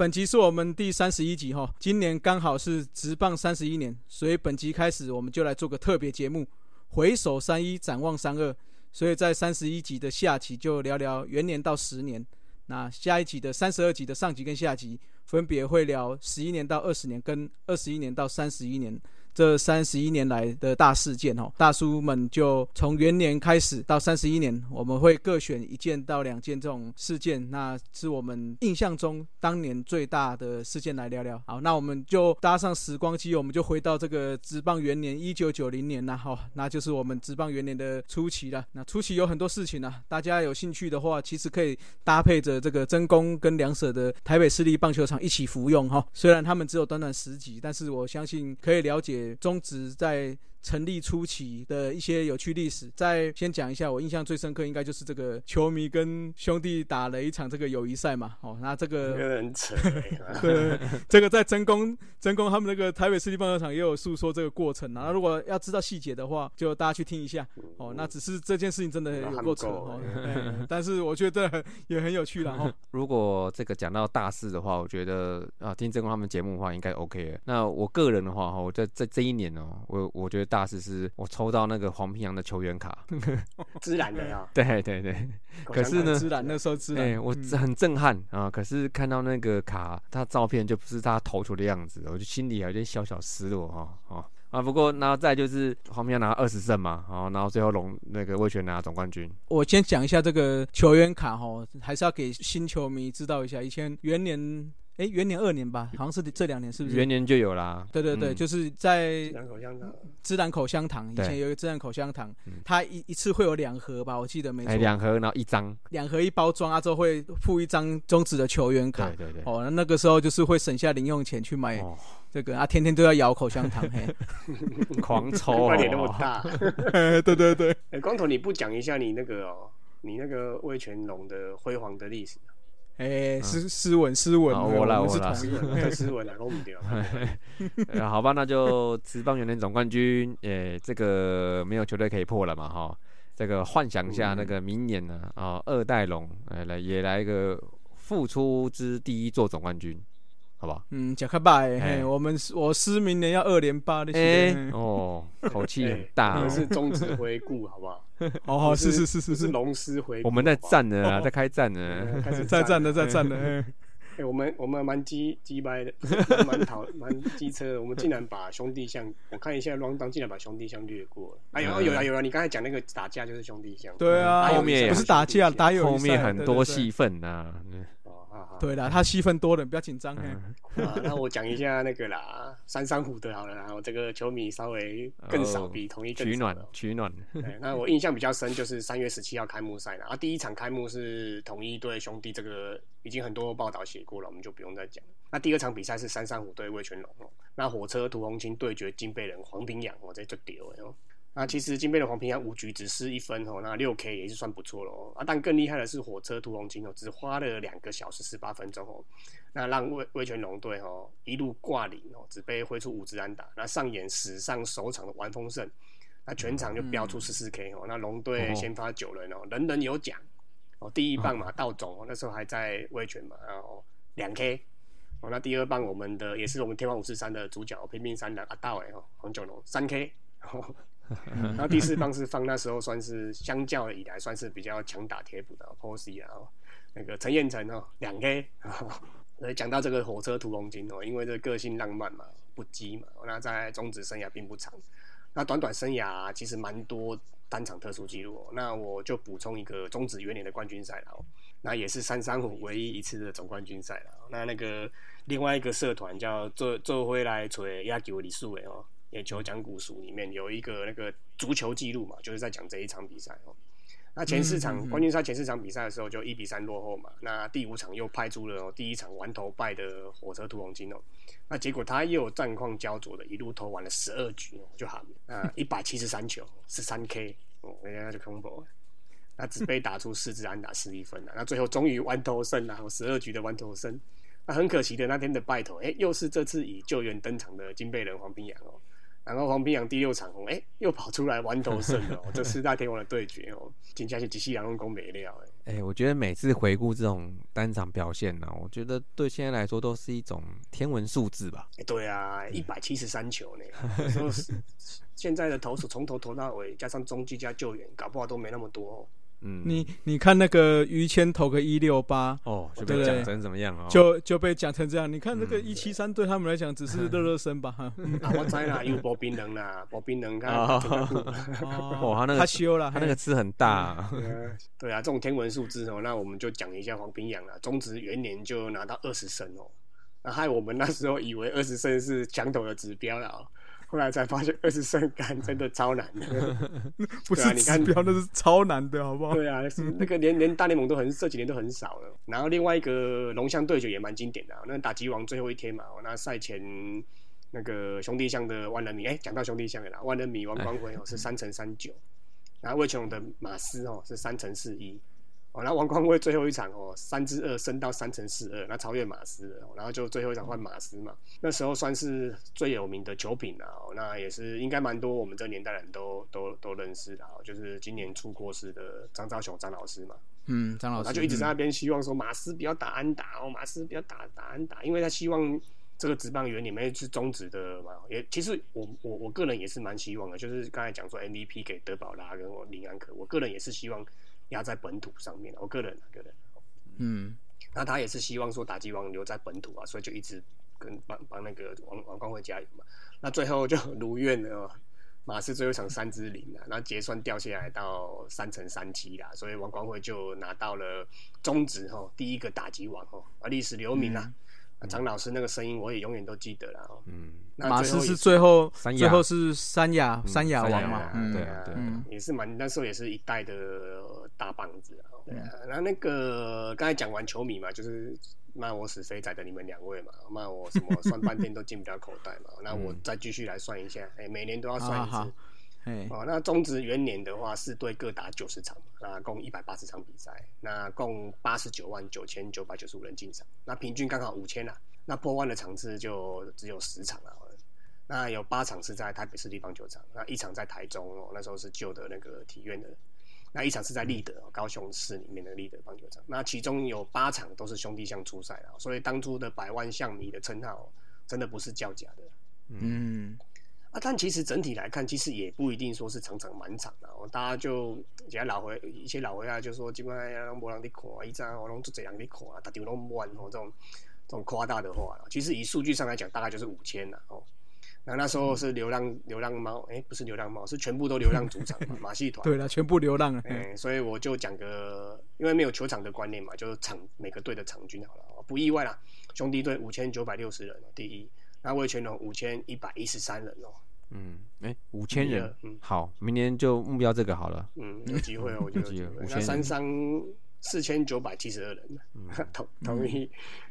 本集是我们第31集齁，今年刚好是职棒31年，所以本集开始我们就来做个特别节目，回首31，展望32。所以在31集的下集就聊聊元年到10年，那下一集的32集的上集跟下集分别会聊11年到20年跟21年到31年这31年来的大事件齁，大叔们就从元年开始到31年，我们会各选1件到2件这种事件，那是我们印象中当年最大的事件来聊聊。好，那我们就搭上时光机，我们就回到这个职棒元年1990年啦，那就是我们职棒元年的初期啦。那初期有很多事情啦，大家有兴趣的话，其实可以搭配着这个真宫跟两舍的台北市立棒球场一起服用齁。虽然他们只有短短10集，但是我相信可以了解中职在成立初期的一些有趣历史。再先讲一下，我印象最深刻应该就是这个球迷跟兄弟打了一场这个友谊赛嘛。那这个很扯对，这个在真宫他们那个台北市立棒球场也有诉说这个过程那如果要知道细节的话，就大家去听一下那只是这件事情真的有够扯但是我觉得也很有趣啦如果这个讲到大事的话，我觉得听真宫他们节目的话应该 OK 了。那我个人的话，我在这一年我觉得大事是我抽到那个黄平洋的球员卡， 自然的对对对。可是呢， 那时候自然我很震撼可是看到那个卡，他照片就不是他投球的样子，我就心里有点小小失落不过然后再就是黄平洋拿20胜嘛然后最后那个味全拿总冠军。 我先讲一下这个球员卡还是要给新球迷知道一下，以前元年2年吧，好像是这2年，是不是？ 元年就有啦。 对对对，就是在芝兰口香糖，以前有一个芝兰口香糖，它一次会有2盒吧，我记得没错。 2盒，然后1张 ，2盒1包装之后会附1张中职的球员卡。 对对对。 那个时候就是会省下零用钱去买这个天天都要咬口香糖， 狂抽观点那么大。 对对对。 光头，你不讲一下你那个味全龙的辉煌的历史？ 斯文， 我来， 斯文我们掉。 好吧，那就职棒元年总冠军，这个没有球队可以破了嘛，这个幻想一下那个明年呢2代龙也来一个复出之第1座总冠军，好不好？ 讲开吧，我师明年要2连8的， 口气很大我是中职回顾，好不好？是龙狮回顾。 我们在战了啊，在开战了， 在战了。 我们蛮鸡掰的，蛮机车的。我们竟然把兄弟象，我看一下 rundown， 竟然把兄弟象略过了。有啊！你刚才讲那个打架就是兄弟象。 对啊， 后面不是打架，打友谊赛， 后面很多戏份啊。 对啦，他戏份多了，不要紧张。 那我讲一下那个啦，三山虎的好了，然后这个球迷稍微更少，比统一更少。 取暖。 那我印象比较深就是3月17号开幕赛啦，第一场开幕是统一对兄弟，这个已经很多报道写过了，我们就不用再讲。那第2场比赛是三山虎对味全龙那火车涂红青对决金杯人黄平洋这就丢了那其实金杯的黄平洋5局只失1分那 6K 也是算不错了但更厉害的是火车涂红青只花了2个小时18分钟那让味全龙队一路挂零只被挥出5支安打，那上演史上首场的完封胜，那全场就飙出14K那龙队先发9人人人有奖第一棒嘛道总那时候还在味全嘛2K那第2棒我们的也是我们天王543的主角拼命3郎阿道黄九龙 3K 然后第4棒是放那时候算是相较以来算是比较强打贴补的 Posey 那个陈彦成2K 讲到这个火车屠龙金因为这个性浪漫嘛不羁嘛那在中职生涯并不长，那短生涯其实蛮多单场特殊纪录那我就补充一个中职元年的冠军赛那也是335唯一一次的总冠军赛那个另外一个社团叫做回来找野球理事的野球讲古书里面有一个那个足球纪录嘛，就是在讲这一场比赛那前4场冠军赛前4场比赛的时候就1-3落后嘛，那第5场又派出了第1场完投败的火车屠龙金那结果他又战况焦灼的一路投完了12局就喊173球13K 人家就恐怖了，那只被打出4支安打11分那最后终于完投胜了12局的完投胜。那很可惜的那天的败投又是这次以救援登场的金杯人黄平洋然后黄平洋第6场又跑出来玩头胜了这4大天王的对决真的是一世人都讲不了我觉得每次回顾这种单场表现呢，我觉得对现在来说都是一种天文数字吧。 对啊，173球呢，有时候现在的投手从头投到尾，加上中继加救援，搞不好都没那么多你看那个于谦投个168 就被讲成怎么样就被讲成这样。你看这个173对他们来讲只是热身吧我知啦，有薄冰人啦，薄冰人看他那个他修了， 他那个吃很大对啊，这种天文数字那我们就讲一下黄平洋啦，中职元年就拿到20胜那害我们那时候以为20胜是强投的指标啦后来才发现20胜干真的超难的不是指标，那是超难的，好不好？ 对啊，那个连大联盟这几年都很少了。然后另外一个龙象对决也蛮经典的那打击王最后一天嘛那赛前那个兄弟象的万人迷讲到兄弟象的啦，万人迷王光辉是3.39，然后味全龙的马斯是3.41。然后王光辉最后一场3-2升到3.42，那超越马斯了然后就最后一场换马斯嘛，那时候算是最有名的球评那也是应该蛮多我们这年代人都认识的就是今年出过世的张昭雄张老师嘛， 张老师他就一直在那边希望说马斯不要打安打马斯不要打安打，因为他希望这个职棒园里面是中职的嘛，其实我个人也是蛮希望的，就是刚才讲说 MVP 给德保拉跟林安可，我个人也是希望压在本土上面我个人那他也是希望说打击王留在本土所以就一直跟帮那个王光辉加油嘛，那最后就如愿了马斯最后一场3-0然后结算掉下来到3.37啦，所以王光辉就拿到了中职第一个打击王历史留名啦张老师那个声音我也永远都记得啦马斯是最后是三亚王嘛对啊也是那时候也是一代的大棒子对啊然后那个刚才讲完球迷嘛，就是骂我死肥仔的你们2位嘛，骂我什么算半天都进不了口袋嘛那我再继续来算一下每年都要算一次那中职元年的话4队各打90场那共180场比赛，那共899995人进场，那平均刚好5000啦，那破万的场次就只有10场那有8场是在台北市立棒球场，那1场在台中那时候是旧的那个体院的，那1场是在立德高雄市里面的立德棒球场，那其中有8场都是兄弟象出赛所以当初的百万象迷的称号真的不是叫假的但其实整体来看，其实也不一定说是场场满场大家就一些老回就说基本上都没人在看以前都很多人在看大家都满这种夸大的话其实以数据上来讲大概就是5000那时候是流浪猫不是流浪猫，是全部都流浪主场马戏团对啦，全部流浪所以我就讲个因为没有球场的观念嘛，就是每个队的场均好了不意外啦，兄弟队5960人第一，那味全龙5113人 5000人好，明年就目标这个好了有机会我觉得有机会那三商4972人同意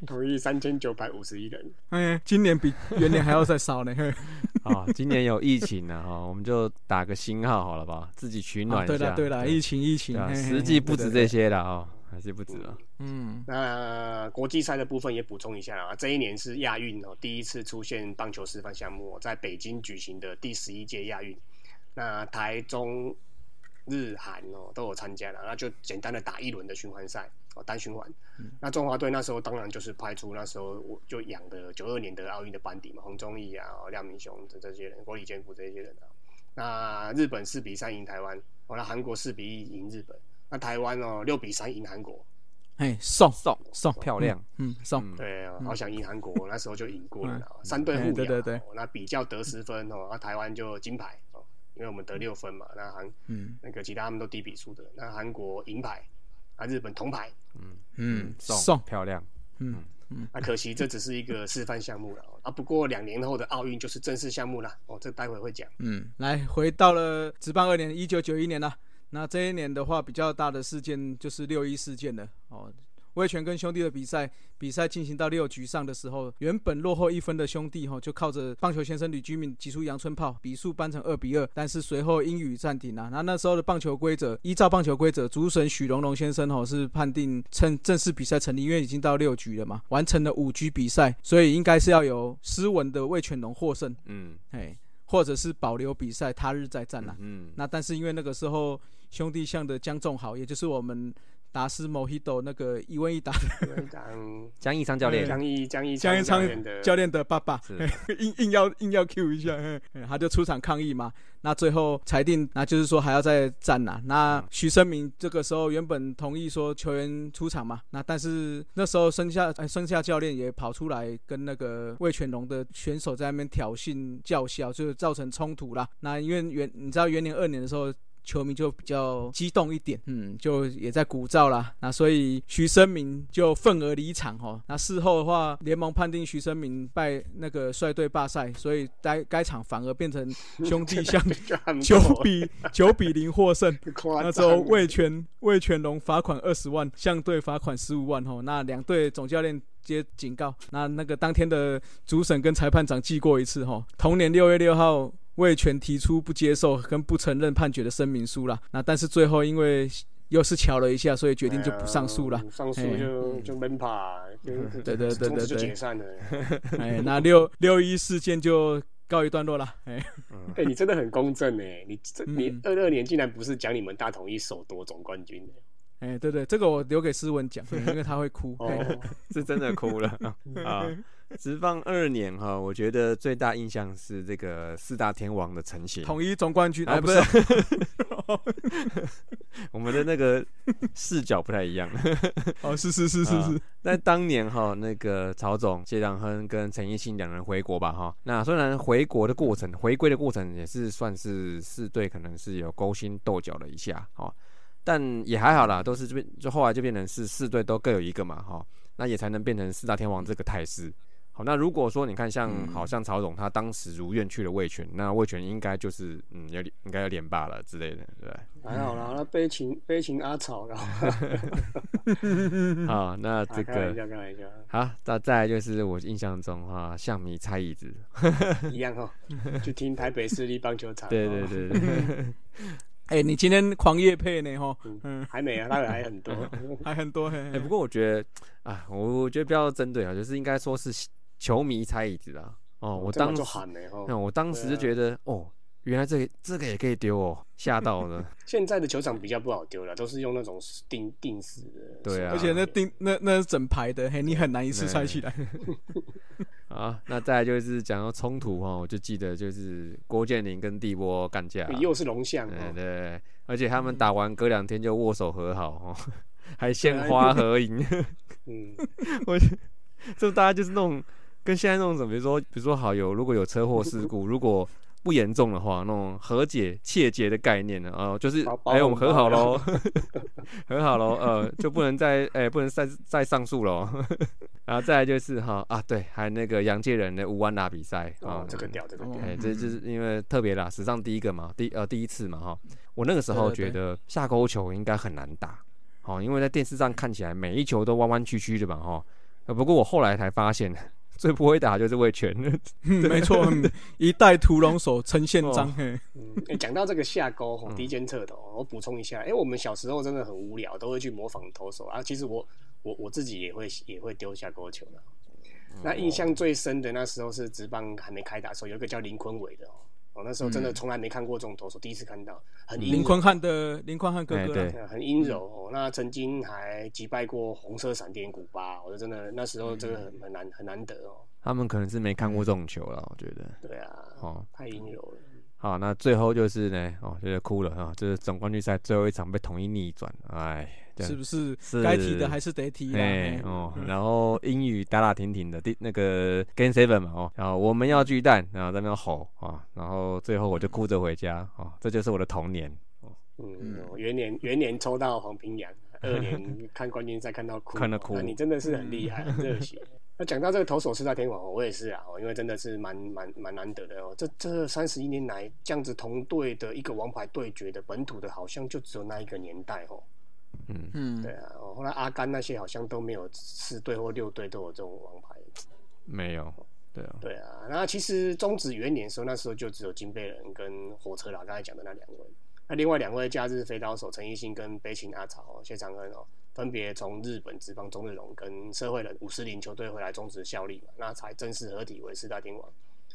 3951人今年比元年还要再少呢今年有疫情我们就打个星号好了吧，自己取暖一下对啦疫情实际不止这些啦还是不止了那国际赛的部分也补充一下这一年是亚运第一次出现棒球示范项目在北京举行的第11届亚运，那台中日韩都有参加了，那就简单的打1轮的循环赛单循环那中华队那时候当然就是派出那时候我就养的92年的奥运的班底嘛，洪宗义廖明雄这些人，郭李建福这些人那日本4-3赢台湾那韩国4-1赢日本，那台湾6-3赢韩国送漂亮送对好想赢韩国那时候就赢过了3队互咬对那比较得10分那台湾就金牌因为我们得6分嘛，那那个其他他们都低比数的，那韩国银牌日本铜牌送漂亮可惜这只是一个示范项目了不过2年后的奥运就是正式项目啦这待会会讲来回到了职棒2年1991年啦，那这一年的话比较大的事件就是6·1事件了味全跟兄弟的比赛进行到6局上的时候，原本落后1分的兄弟就靠着棒球先生吕居民击出阳春炮，比数扳成2-2，但是随后因雨暂停那时候的棒球规则，依照棒球规则，主审许荣荣先生是判定正式比赛成立，因为已经到6局了嘛，完成了5局比赛，所以应该是要由斯文的味全龙获胜或者是保留比赛，他日再战啦。那但是因为那个时候兄弟象的江仲豪，也就是我们达斯 Mojito 那个1问1答的江一昌教练， 江一昌教练的爸爸，硬要 Q 一下，他就出场抗议嘛。那最后裁定，那就是说还要再战啦。那徐生明这个时候原本同意说球员出场嘛，那但是那时候生下教练也跑出来跟那个味全龙的选手在那边挑衅叫嚣，就造成冲突啦。那因为你知道元年2年的时候，球迷就比较激动一点，就也在鼓噪啦。那所以徐生明就愤而离场吼。那事后的话，联盟判定徐生明败那个率队罢赛，所以该场反而变成兄弟象9-0获胜。那之后味全龙罚款20万，象队罚款15万吼。那两队总教练接警告，那个当天的主审跟裁判长记过一次吼。同年6月6号。味全提出不接受跟不承认判决的声明书啦，那但是最后因为又是瞧了一下，所以决定就不上诉了。 上诉就闷怕， 对， 从此就解散了。 那6·1事件就告一段落了。 你真的很公正哎，你22年竟然不是讲你们大统一首夺总冠军对，这个我留给诗文讲，因为他会哭。 是真的哭了啊！职棒2年哈，我觉得最大印象是这个4大天王的成型， 统一总冠军不是，我们的那个视角不太一样。 是。 在当年哈，那个曹总、谢长亨跟陈奕迅2人回国吧哈。那虽然回归的过程也是算是4队可能是有勾心斗角了一下哈。但也还好啦，都是这边就后来就变成是4队都各有一个嘛，哈，那也才能变成4大天王这个态势。好，那如果说你看好像曹总他当时如愿去了味全，那味全应该就是应该要连霸了之类的，对不对？ 还好啦，那悲情阿草啦。 好，那这个开玩笑。 好，再来就是我印象中哈，象迷猜椅子一样哈，去听台北市立棒球场。 对。 你今天狂业配呢齁？ 还没啊，当然还很多， 还很多。 不过我觉得我觉得不要针对啊，就是应该说是球迷猜椅子啊。我当时就觉得原来这个也可以丢哦，吓到了。 现在的球场比较不好丢了，都是用那种定死的。 对啊， 而且那是整排的，你很难一次猜起来。 好，那再来就是讲到冲突我就记得就是郭建霖跟帝波干架， 又是龙象。 对，而且他们打完隔2天就握手和好还献花合影。我就大家就是那种跟现在那种比如说好如果有车祸事故，如果不严重的话，那种和解切结的概念呢，就是我们和好咯。和好咯，就不能再上诉咯。然后再来就是对，还那个杨介仁的5安打比赛这个屌。 这就是因为特别啦，史上第一个嘛，第一次嘛我那个时候觉得下勾球应该很难打，因为在电视上看起来每一球都弯弯曲曲的嘛不过我后来才发现。最不会打就是味全。 没错，一代屠龙手陈宪章。 讲到这个下勾低肩侧投，我补充一下，我们小时候真的很无聊，都会去模仿投手啊。其实我自己也会丢下勾球的。那印象最深的那时候是职棒还没开打的时候，有一个叫林坤伟的那时候真的从来没看过这种投手，第一次看到，很阴柔。林坤汉哥哥， 对， 很阴柔那曾经还击败过红色闪电古巴，我真的那时候这个很难得他们可能是没看过这种球了，我觉得。 对啊，太阴柔了。 好，那最后就是呢，就是哭了就是总冠军赛最后一场被统一逆转， 是不是该提的还是得提啦？ 然后英语打停停的那个 Game 7嘛然后我们要巨蛋，然后在那边吼然后最后我就哭着回家这就是我的童年。 元年抽到黄平洋，2年看冠军赛看到哭，你真的是很厉害，很热血。那讲到这个投手4大天王我也是因为真的是蛮难得的这31年来这样子同队的一个王牌对决的本土的，好像就只有那一个年代对啊，后来阿甘那些好像都没有4队或6队都有这种王牌， 没有。 对啊，那其实中职元年的时候，那时候就只有金贝人跟火车啦，刚才讲的那2位。那另外2位假日飞刀手陈奕迅跟悲情阿草谢长亨分别从日本职棒中日龙跟社会人50菱球队回来中职效力嘛，那才正式合体为4大天王。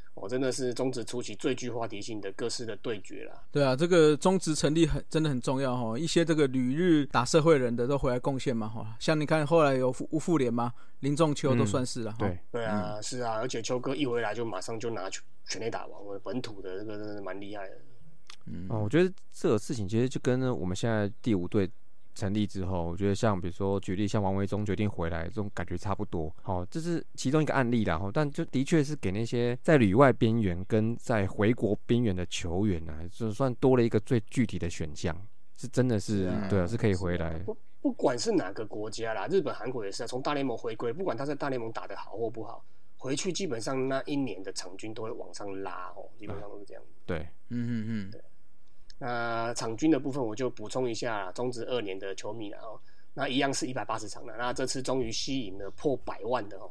真的是中职初期最具话题性的各式的对决啦。 对啊，这个中职成立真的很重要哈，一些这个旅日打社会人的都回来贡献嘛哈，像你看后来有吴富联嘛，林仲秋都算是了。 对啊，是啊，而且秋哥一回来就马上就拿全垒打王，本土的这个真的蛮厉害的。 我觉得这个事情其实就跟我们现在第5队成立之后，我觉得像比如说举例像王维忠决定回来这种感觉差不多。这是其中一个案例啦，但就的确是给那些在旅外边缘跟在回国边缘的球员啊，就算多了一个最具体的选项，是真的是对啊，是可以回来。 不管是哪个国家啦，日本、韩国也是从大联盟回归，不管他在大联盟打得好或不好，回去基本上那一年的场均都会往上拉基本上都是这样。 对， 对。那场均的部分我就补充一下，中职2年的球迷那一样是180场的，那这次终于吸引了破100万的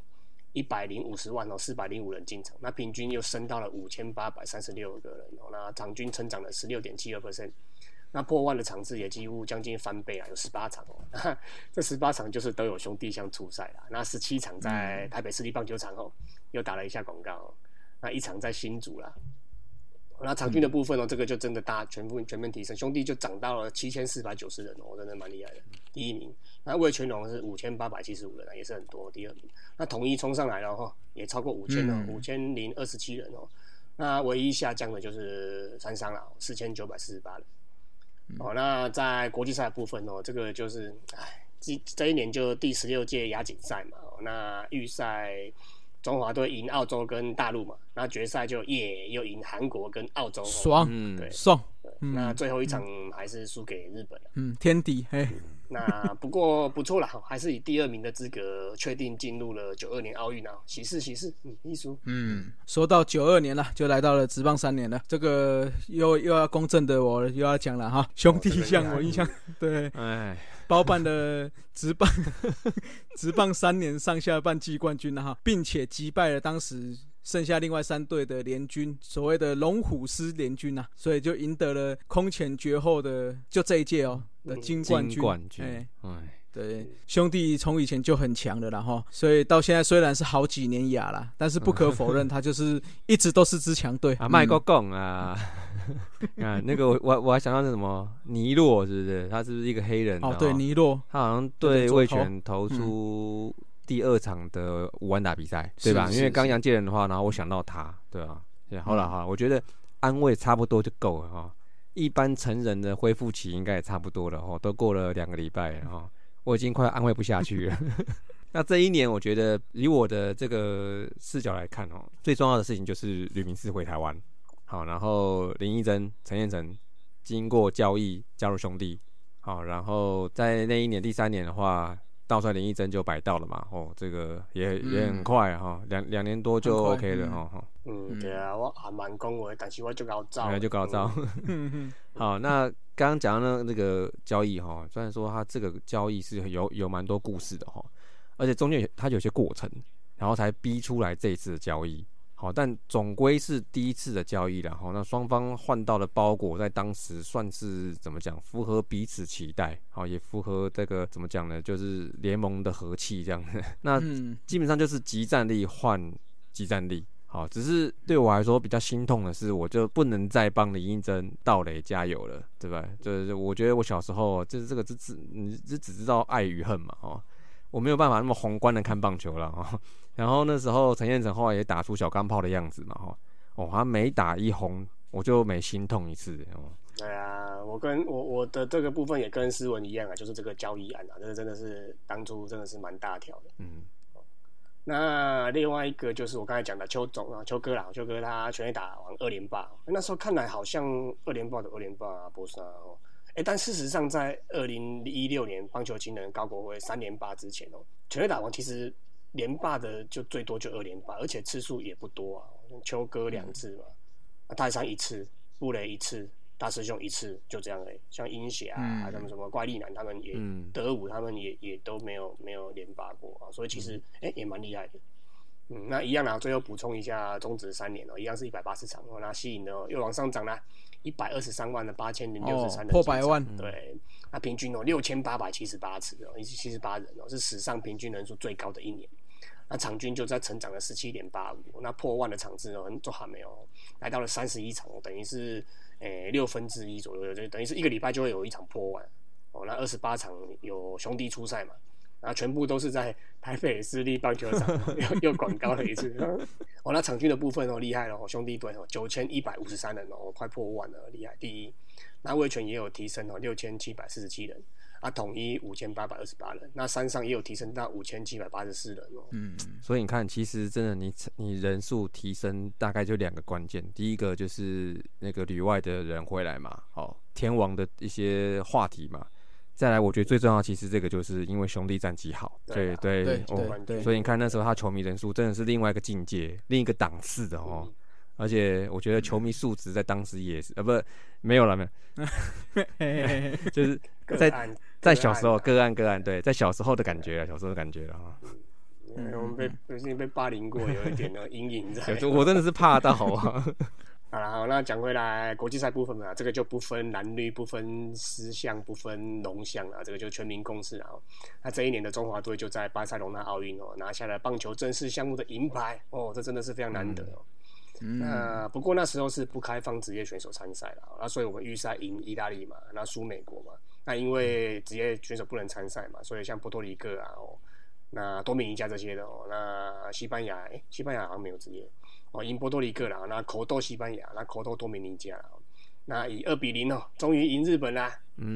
150万405人进场，那平均又升到了5836个人那场均成长了 16.72%， 那破万的场次也几乎将近翻倍有18场这18场就是都有兄弟象出赛啦，那17场在台北市立棒球场又打了一下广告那1场在新竹啦。那场均的部分这个就真的全面提升，兄弟就涨到了7490人真的蛮厉害的，第1名。那味全龙是5875人也是很多，第2名。那统一冲上来了也超过5000了，5027人那唯一下降的就是三商啦，4948人。那在国际赛的部分这个就是这一年就第16届亚锦赛嘛，那预赛中华队赢澳洲跟大陆嘛，那决赛就又赢韩国跟澳洲， 爽， 对， 爽。 那最后一场还是输给日本了， 天敌， 那不过不错啦，还是以第2名的资格确定进入了92年奥运喜事，艺术。 说到92年了，就来到了职棒3年了，这个又要公正的我又要讲了哈，兄弟象我印象对，包办了职棒3年上下半季冠军并且击败了当时剩下另外3队的联军，所谓的龙虎狮联军所以就赢得了空前绝后的就这一届的金冠军。对，兄弟从以前就很强的啦所以到现在虽然是好几年亚啦，但是不可否认他就是一直都是支强队麦克讲那个我还想到是什么尼洛，是不是？他是不是一个黑人？ 对，尼洛， 他好像对味全投出第2场的5安打比赛，对吧？因为刚杨介人的话，然后我想到他，对吧？好了我觉得安慰差不多就够了一般成人的恢复期应该也差不多了都过了2个礼拜了我已经快安慰不下去了。那这一年，我觉得以我的这个视角来看最重要的事情就是吕明士回台湾，然后林义珍、陈彦成经过交易加入兄弟，然后在那一年第3年的话，道帅林义珍就摆到了嘛，这个也很快2年多就 OK 了对啊，我还蛮恭维，但是我就高招， 好，那刚刚讲到那个交易虽然说他这个交易是有蛮多故事的而且中间他有些过程，然后才逼出来这一次的交易。但总归是第一次的交易啦那双方换到的包裹在当时算是怎么讲，符合彼此期待也符合这个怎么讲呢，就是联盟的和气这样的那基本上就是即战力换即战力。只是对我来说比较心痛的是，我就不能再帮林义珍、盗垒加油了，对吧？就是我觉得我小时候就是这个你只知道爱与恨嘛我没有办法那么宏观的看棒球了然后那时候陈彦成后来也打出小钢炮的样子嘛他每打一轰我就每心痛一次对啊，我的这个部分也跟思文一样就是这个交易案这个真的是当初真的是蛮大条的。那另外一个就是我刚才讲的邱哥他全垒打王2连霸，那时候看来好像2连霸的2连霸不是但事实上在2016年棒球情人高国辉3连霸之前全垒打王其实连霸的就最多就2连霸，而且次数也不多邱哥2次嘛，泰山1次，布雷1次，大师兄1次，就这样像鹰侠他们什么怪力男他们也德武他们也都没有连霸过所以其实也蛮厉害的。那一样最后补充一下，中职3年一样是180场那吸引的又往上涨了123万的8063人， 破100万。 对，那平均6878次78人是史上平均人数最高的一年。 那场均就在成长了17.85，那破万的场次呢都还没有，来到了31场，等于是1/6左右，就等于是一个礼拜就会有一场破万。那28场有兄弟出赛嘛，然后全部都是在台北市立棒球场又广告了一次。那场均的部分厉害了，兄弟队9153人快破万了，厉害第一。那味全也有提升6747人，统一5828人，那山上也有提升到5784人所以你看，其实真的你人数提升大概就2个关键，第一个就是那个旅外的人回来嘛，天王的一些话题嘛。再来，我觉得最重要，其实这个就是因为兄弟战绩好，对，所以你看那时候他球迷人数真的是另外一个境界，另一个档次的而且我觉得球迷素质在当时也是，没有，就是在小时候个案，对，在小时候的感觉了我们被霸凌过，有一点的阴影在。 我真的是怕到啊。 好，那讲回来国际赛部分嘛，这个就不分蓝绿，不分狮象，不分龙象这个就全民共识那这一年的中华队就在巴塞隆纳奥运拿下了棒球正式项目的银牌这真的是非常难得那不过那时候是不开放职业选手参赛那所以我们预赛赢意大利嘛，那输美国嘛。那因为职业选手不能参赛嘛，所以像波多黎各那多米尼加这些的那西班牙好像没有职业赢波多黎各啦，那口斗西班牙，那口斗多米尼加啦，那以2-0终于赢日本啦。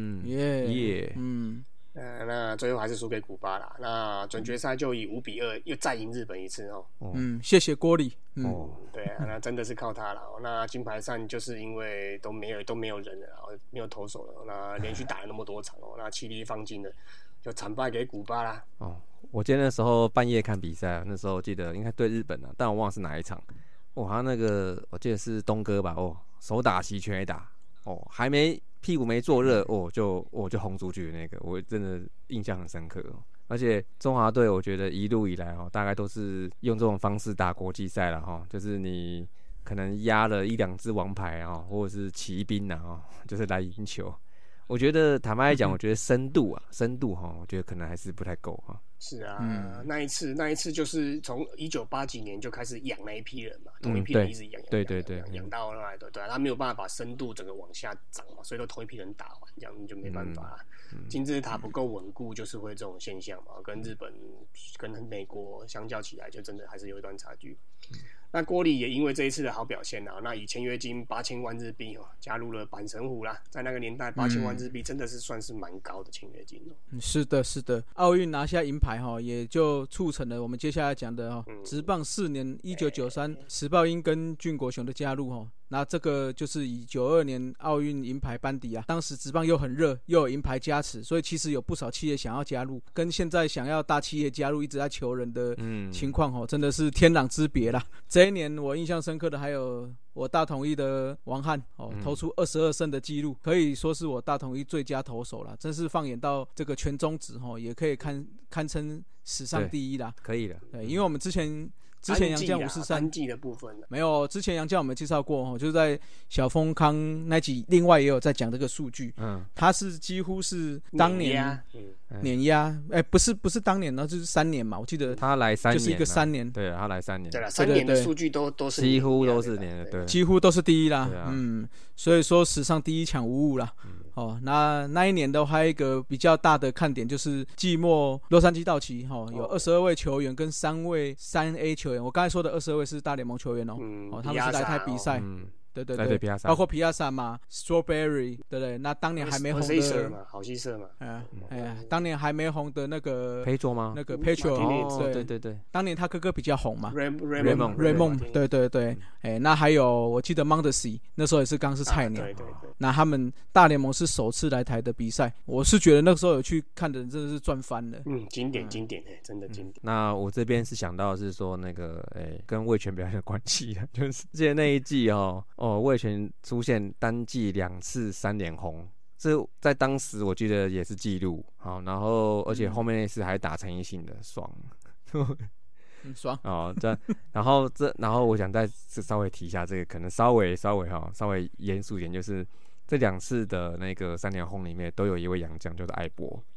那最后还是输给古巴啦。那准决赛就以5-2又再赢日本一次谢谢郭里。 对那真的是靠他了。那金牌战就是因为都没有人了，没有投手了，那连续打了那么多场那气力放尽了，就惨败给古巴啦。 我记得那时候半夜看比赛，那时候记得应该对日本但我忘了是哪一场。他那个我记得是东哥吧，手打齐全垒打，还没屁股没坐热，就轰出去的那个，我真的印象很深刻而且中华队我觉得一路以来大概都是用这种方式打国际赛了就是你可能压了1-2支王牌或者是骑兵就是来赢球。我觉得坦白来讲，我觉得深度我觉得可能还是不太够是那一次就是从1980几年就开始养那一批人嘛，同一批人一直养，养到来的，他没有办法把深度整个往下涨嘛，所以都同一批人打完，这样就没办法金字塔不够稳固，就是会这种现象嘛，跟日本跟美国相较起来，就真的还是有一段差距。那郭里也因为这一次的好表现那以签约金8000万日币加入了阪神虎啦，在那个年代8000万日币真的是算是蛮高的签约金是的，奥运拿下银牌也就促成了我们接下来讲的职棒4年1993石豹英跟俊国雄的加入那这个就是以92年奥运银牌班底当时职棒又很热，又有银牌加持，所以其实有不少企业想要加入，跟现在想要大企业加入一直在求人的情况真的是天壤之别啦。这一年我印象深刻的还有我大统一的王翰投出22胜的纪录，可以说是我大统一最佳投手啦，真是放眼到这个全中职也可以堪称史上第一啦。 可以的， 对，因为我们之前洋将543 单季的部分没有，之前洋将我们介绍过就是在小丰康那集另外也有在讲这个数据他是几乎是当年碾压不是当年就是3年嘛，我记得他来3年就是一个3年， 对他来3年， 对了，3年的数据都是几乎都是年的，对， 几乎都是第一啦所以说史上第一强无误啦那一年的话，还有一个比较大的看点就是季末洛杉矶道奇有22位球员跟3位3A 球员，我刚才说的22位是大联盟球员他们是来台比赛对，包括皮亚萨嘛 Strawberry 对不对？那当年还没红的好西社嘛当年还没红的那个佩佐吗？ 那个 Petro 对， 当年他哥哥比较红嘛 Raymond 对那还有我记得 Mondesi 那时候也是刚是菜鸟对那他们大联盟是首次来台的比赛，我是觉得那个时候有去看的人真的是赚翻了经典真的经典那我这边是想到的是说那个跟味全表现有关系的，就是之前那一季味全出现单季2次3连轰，这在当时我记得也是纪录然后而且后面那次还打成一性的爽爽然后我想再稍微提一下这个，可能稍微严肃一点，就是这2次的那个3连轰里面都有一位洋将，就是艾博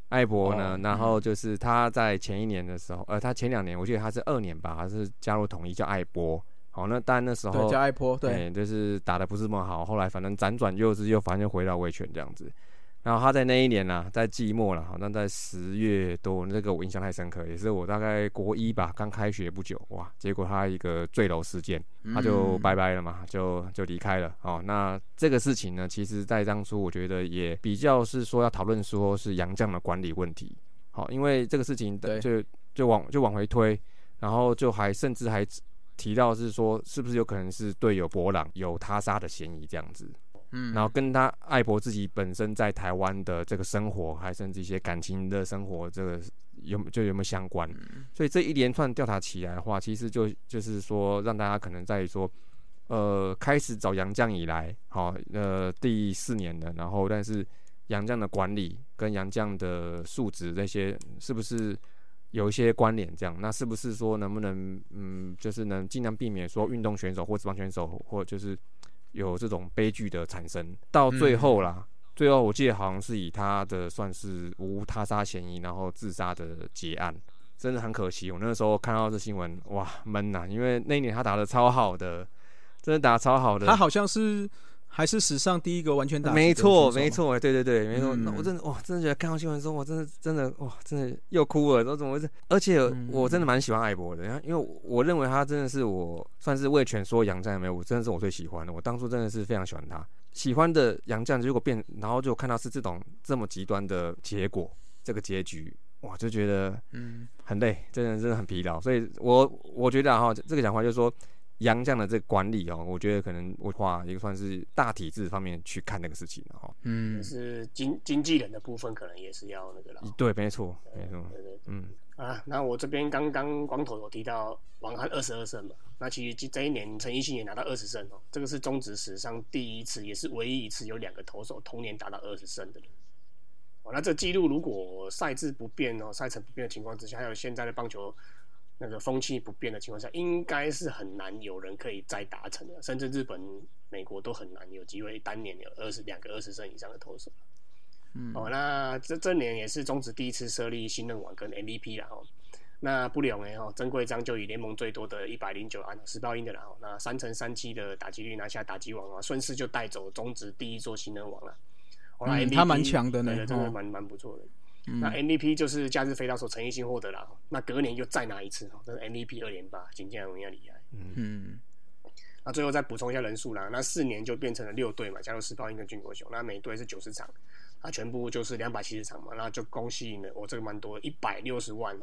艾博呢，然后就是他在前一年的时候，他前2年，我记得他是2年吧，他是加入统一叫艾波。好，那当然那时候对叫艾波，对， 就是打的不是这么好，后来反正辗转又反正就回到味全这样子。然后他在那一年啊，在季末了，好像在10月多，这个我印象太深刻，也是我大概国1吧，刚开学不久，哇，结果他一个坠楼事件，他就拜拜了嘛，就离开了。哦，那这个事情呢，其实在当初我觉得也比较是说要讨论说是洋将的管理问题。好，因为这个事情就往回推，然后甚至还提到是说，是不是有可能是队友博朗有他杀的嫌疑这样子。然后跟他艾博自己本身在台湾的这个生活，还甚至一些感情的生活，这个有没有相关？所以这一连串调查起来的话，其实就是说，让大家可能在于说，开始找洋将以来，第4年了，然后但是洋将的管理跟洋将的素质这些，是不是有一些关联？这样，那是不是说能不能就是能尽量避免说运动选手或职棒选手或就是有这种悲剧的产生，到最后啦，最后我记得好像是以他的算是无他杀嫌疑，然后自杀的结案，真的很可惜。我那个时候看到这新闻，哇，闷呐，因为那一年他打得超好的，真的打得超好的， 他好像是还是史上第一个完全打击的没错，没错，对，没错。那我真的真的觉得看到新闻的时候，我真的又哭了，都怎么回事？而且我真的蛮喜欢艾博的，因为我认为他真的是我算是味全说洋将没有，我真的是我最喜欢的。我当初真的是非常喜欢他，喜欢的洋将如果然后就看到是这么极端的结果，这个结局，哇，就觉得很累，真的很疲劳。所以我觉得这个讲话就是说。洋将的这个管理我觉得可能我花一个算是大体制方面去看那个事情是经纪人的部分可能也是要那个了。 对，没错， 那我这边刚刚光头有提到王翰22胜嘛，那其实这一年陈奕迅也拿到20胜这个是中职史上第一次，也是唯一一次有2个投手同年达到20胜的人。那这记录如果赛制不变赛程不变的情况之下，还有现在的棒球那个风气不变的情况下，应该是很难有人可以再达成的，甚至日本、美国都很难有机会单年有2个20胜以上的投手。那这年也是中职第一次设立新人王跟 MVP 啦那不良曾贵章就以联盟最多的109安10爆音的啦那3乘37的打击率拿下打击王顺势就带走中职第一座新人王了。 他蛮强的呢， 对，真的蛮不错的。那 MVP 就是假日飞刀手陈奕迅获得了，那隔年又再拿一次，这是 MVP 2连霸，真的很厉害。那最后再补充一下人数啦，那4年就变成了6队嘛，加入10爆音跟军国雄，那每队是90场，那全部就是270场嘛，那就恭喜呢，这个蛮多的，160万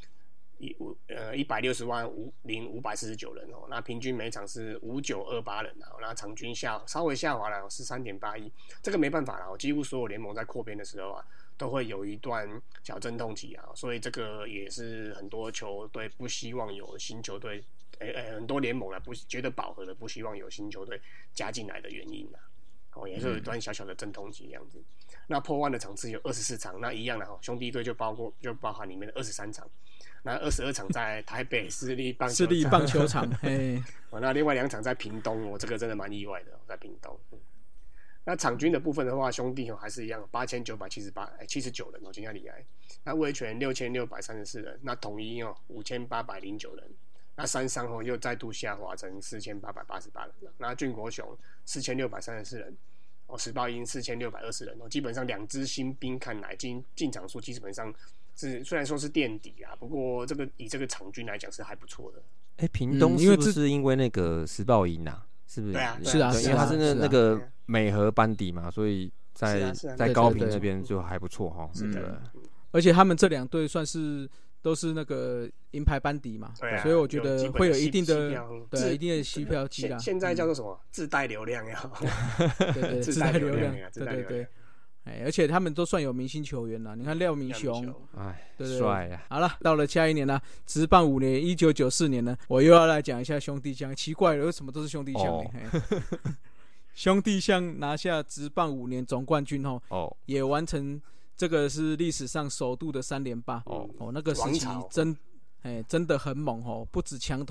160万0549人那平均每场是5928人那场均稍微下滑了13.81，这个没办法啦，几乎所有联盟在扩编的时候都会有一段小阵痛期所以这个也是很多球队不希望有新球队，很多联盟不觉得饱和的，不希望有新球队加进来的原因也是有一段小小的阵痛期这样子。那破万的场次有24场，那一样的兄弟队就包含里面的23场，那22场在台北市立棒球场那另外2场在屏东这个真的蛮意外的，在屏东。那场均的部分的话，兄弟还是一样8979人真的厉害。那味全6634人，那统一5809人，那三商又再度下滑成4888人，那俊国雄4634人10爆音4620人基本上2支新兵看来进场数基本上是虽然说是垫底不过以这个场均来讲是还不错的。 屏东是不是因为那个10爆音是不是？ 对啊， 是啊， 因为他是那个美和班底嘛，所以在高屏这边就还不错是的。 而且他们这2队算是都是那个银牌班底嘛，所以我觉得会有一定的吸票机啦。 现在叫做什么？自带流量对，自带流量，对。而且他们都算有明星球员啦，你看廖明雄，对， 帅啊！ 好了，到了下一年啦，职棒5年，1994年呢，我又要来讲一下兄弟象，奇怪了，为什么都是兄弟象呢？兄弟象拿下职棒5年总冠军也完成这个是历史上首度的3连霸那个时期真的很猛不止强投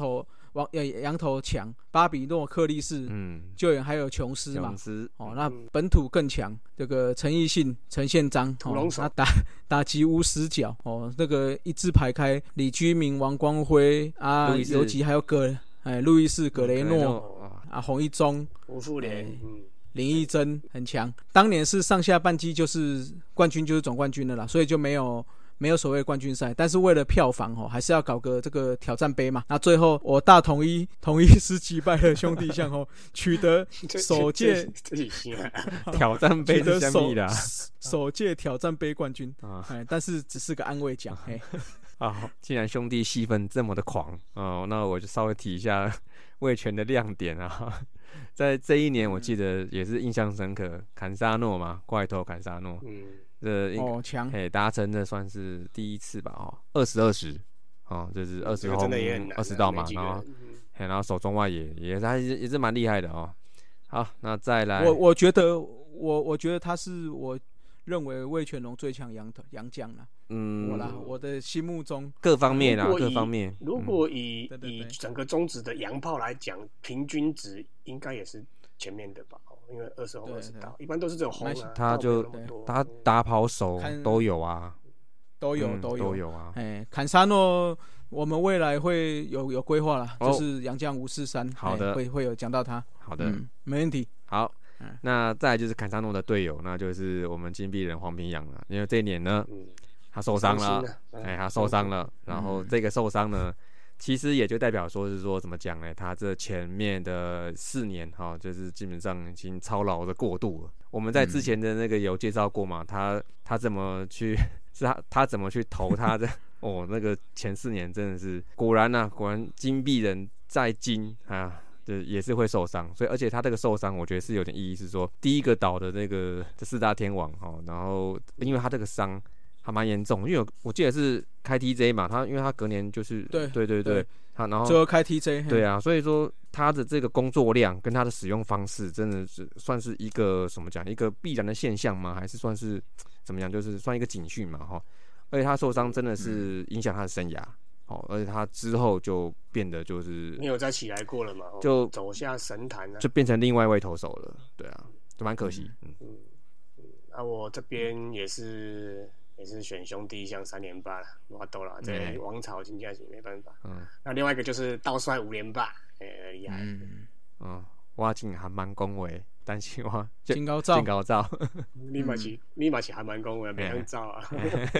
羊头强，巴比诺克利士，救援还有琼斯嘛，那本土更强，这个陈奕迅、陈宪章，那打击无死角，那个一字排开，李居明、王光辉啊，尤其还有路易士、葛雷诺啊，洪一中、 吴富连， 林义珍很强。当年是上下半季就是冠军就是总冠军了啦，所以就没有所谓冠军赛，但是为了票房还是要搞个这个挑战杯嘛。那最后我大统一是击败了兄弟象取得首届挑战杯是什么的？ 首届挑战杯冠军但是只是个安慰奖。 既然兄弟戏份这么的狂那我就稍微提一下味全的亮点啊。在这一年我记得也是印象深刻，坎萨诺嘛，怪头坎萨诺， 强， 达成的算是第一次吧，20-20，就是20轰20道嘛，然后手中外也是蛮厉害的哦。好，那再来， 我觉得他是我认为味全龙最强洋将啦。我的心目中各方面啦，各方面。 如果以整个中职的洋炮来讲，平均值应该也是前面的吧。因为20轰20道，一般都是这种轰啊。 他打跑手都有啊， 都有啊。 坎萨诺，我们未来会有规划啦，就是洋将543， 好的， 会有讲到他。 好的， 没问题。 好，那再来就是坎萨诺的队友，那就是我们金臂人黄平洋了。因为这一年呢，他受伤了，他受伤了，然后这个受伤呢。其实也就代表说是说怎么讲呢？他这前面的4年就是基本上已经操劳的过度了。我们在之前的那个有介绍过嘛，他怎么去是他怎么去投他的那个前4年真的是果然金臂人在金啊，也是会受伤。所以而且他这个受伤，我觉得是有点意义，是说第一个倒的那个这4大天王然后因为他这个伤。还蛮严重，因为我记得是开 TJ 嘛，因为他隔年就是对，他然后最后开 TJ， 对啊，所以说他的这个工作量跟他的使用方式，真的是算是一个什么讲，一个必然的现象吗？还是算是怎么讲，就是算一个警讯嘛而且他受伤真的是影响他的生涯而且他之后就变得就是没有再起来过了嘛， 就走下神坛就变成另外一位投手了，对啊，就蛮可惜。 我这边也是选兄弟象3连霸了，我懂了，这王朝金家是没办法。那另外一个就是道帅5连霸，厉害。 我真还蛮恭维，但是我金高照， 你嘛是还蛮恭维，没人照啊。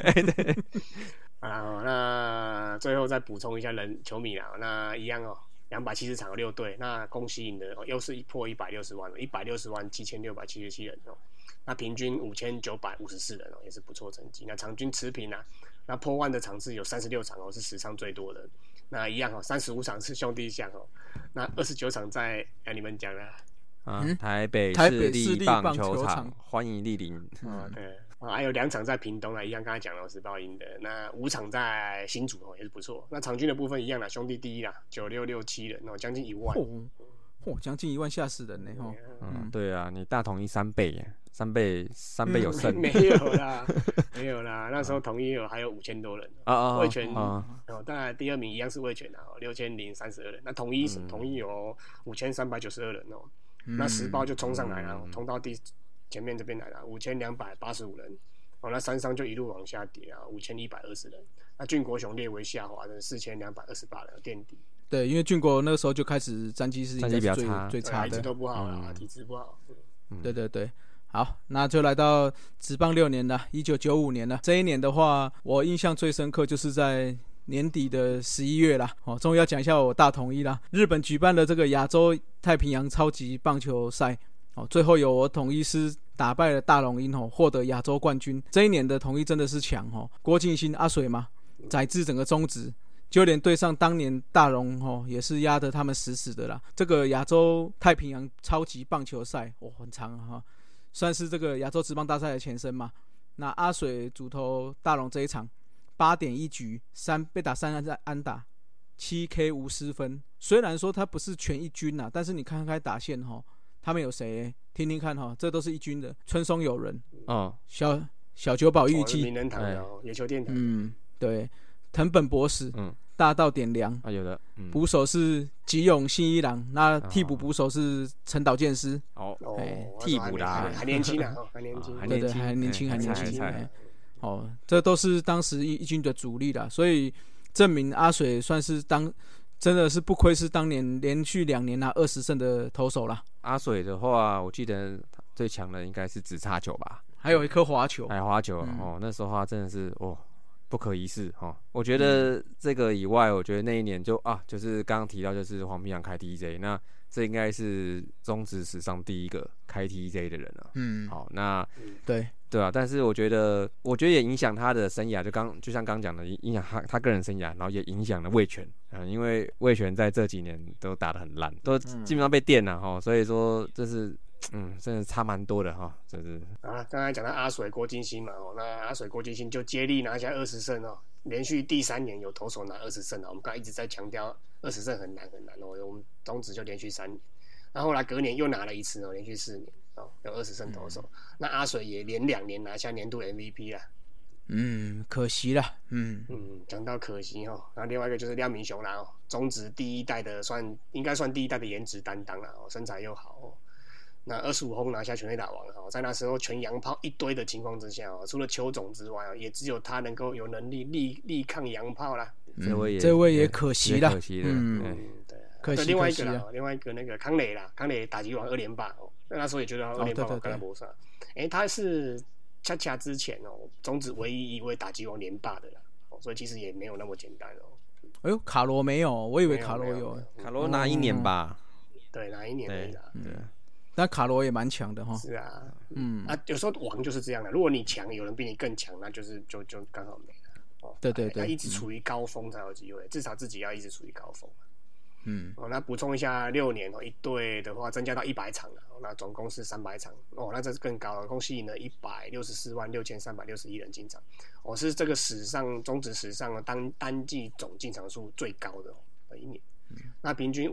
那最后再补充一下球迷啦，那一样270场有6队，那恭喜赢的又是破160万了，160万7677人那平均5954人也是不错成绩。那场均持平那破万的场次有36场是史上最多的。那一样35场是兄弟象那29场在你们讲了台北市立棒球场，欢迎莅临。 对还有2场在屏东一样刚才讲了时报赢的。那5场在新竹也是不错。那场均的部分一样啦，兄弟第一啦，9667人将近1万。 将近1万，吓死人呢对啊，你大统一3倍耶，3倍有剩。 没有啦，那时候统一还有5000多人味全当然第2名一样是味全6032人。那统一有5392人那时报就冲上来了，冲到前面这边来了5285人那三商就一路往下跌5120人。那俊国雄列为下滑的4228人垫底。 对，因为俊国那个时候就开始战绩是应该是最差的， 一直都不好啦，体质不好。 对，好，那就来到职棒6年了，1995年了。这一年的话，我印象最深刻就是在年底的11月啦。终于要讲一下我大统一啦。日本举办了这个亚洲太平洋超级棒球赛，最后有我统一师打败了大龙鹰获得亚洲冠军。这一年的统一真的是强郭敬兴、阿水嘛，宰制整个中职。就连对上当年大龙也是压得他们死死的啦。这个亚洲太平洋超级棒球赛很长算是这个亚洲职棒大赛的前身嘛。那阿水主投大龙这一场8.1局被打3安打7K 无失分。虽然说他不是全一军啦，但是你看看打线他们有谁听听看这都是一军的。春松友人小久保裕纪， 名人堂的野球殿堂， 对，藤本博史， 大道点良啊，有的， 捕手是吉永信一郎，那替补捕手是陈岛健司。 哦， 哎替补的还年轻啊，还年轻， 对对，还年轻，还年轻。 还这都是当时一军的主力啦，所以证明阿水算是真的是不愧是当年连续2年拿20胜的投手啦。 阿水的话，我记得最强的应该是直插球吧， 还有一颗滑球， 滑球那时候他真的是不可一世我觉得这个以外，我觉得那一年就是刚刚提到就是黄平洋开 TJ， 那这应该是中职史上第一个开 TJ 的人了。好，那对啊，但是我觉得也影响他的生涯，就像刚讲的，影响他个人生涯，然后也影响了味全因为味全在这几年都打得很烂，都基本上被电了所以说这是真的差蛮多的就是刚才讲到阿水郭金星嘛那阿水郭金星就接力拿下20胜连续第3年有投手拿20胜我们刚才一直在强调20胜很难很难我们中职就连续3年，那后来隔年又拿了一次连续4年有20胜投手那阿水也连2年拿下年度 MVP 啦。 可惜啦。 讲到可惜那另外一个就是廖明雄啦中职第一代的应该算第一代的颜值担当啦身材又好那25轰拿下全垒打王在那时候全洋炮一堆的情况之下除了邱总之外也只有他能够有能力力抗洋炮啦。 这位也可惜了。 可惜。另外一个那个康磊啦，康磊打击王2连霸那时候也觉得2连霸跟他没啥他是恰恰之前中职唯一一位打击王连霸的啦所以其实也没有那么简单哎呦，卡罗没有，我以为卡罗有。 卡罗拿1年吧。 对，拿1年而已啦。 但卡罗也蛮强的是啊，有时候王就是这样的，如果你强，有人比你更强，那就是就刚好没了。对，他一直处于高峰才有机会，至少自己要一直处于高峰。那补充一下，6年一队的话增加到100场了，那总共是300场那这是更高了，共吸引了1646361人进场是这个中职史上单季总进场数最高的一年。那平均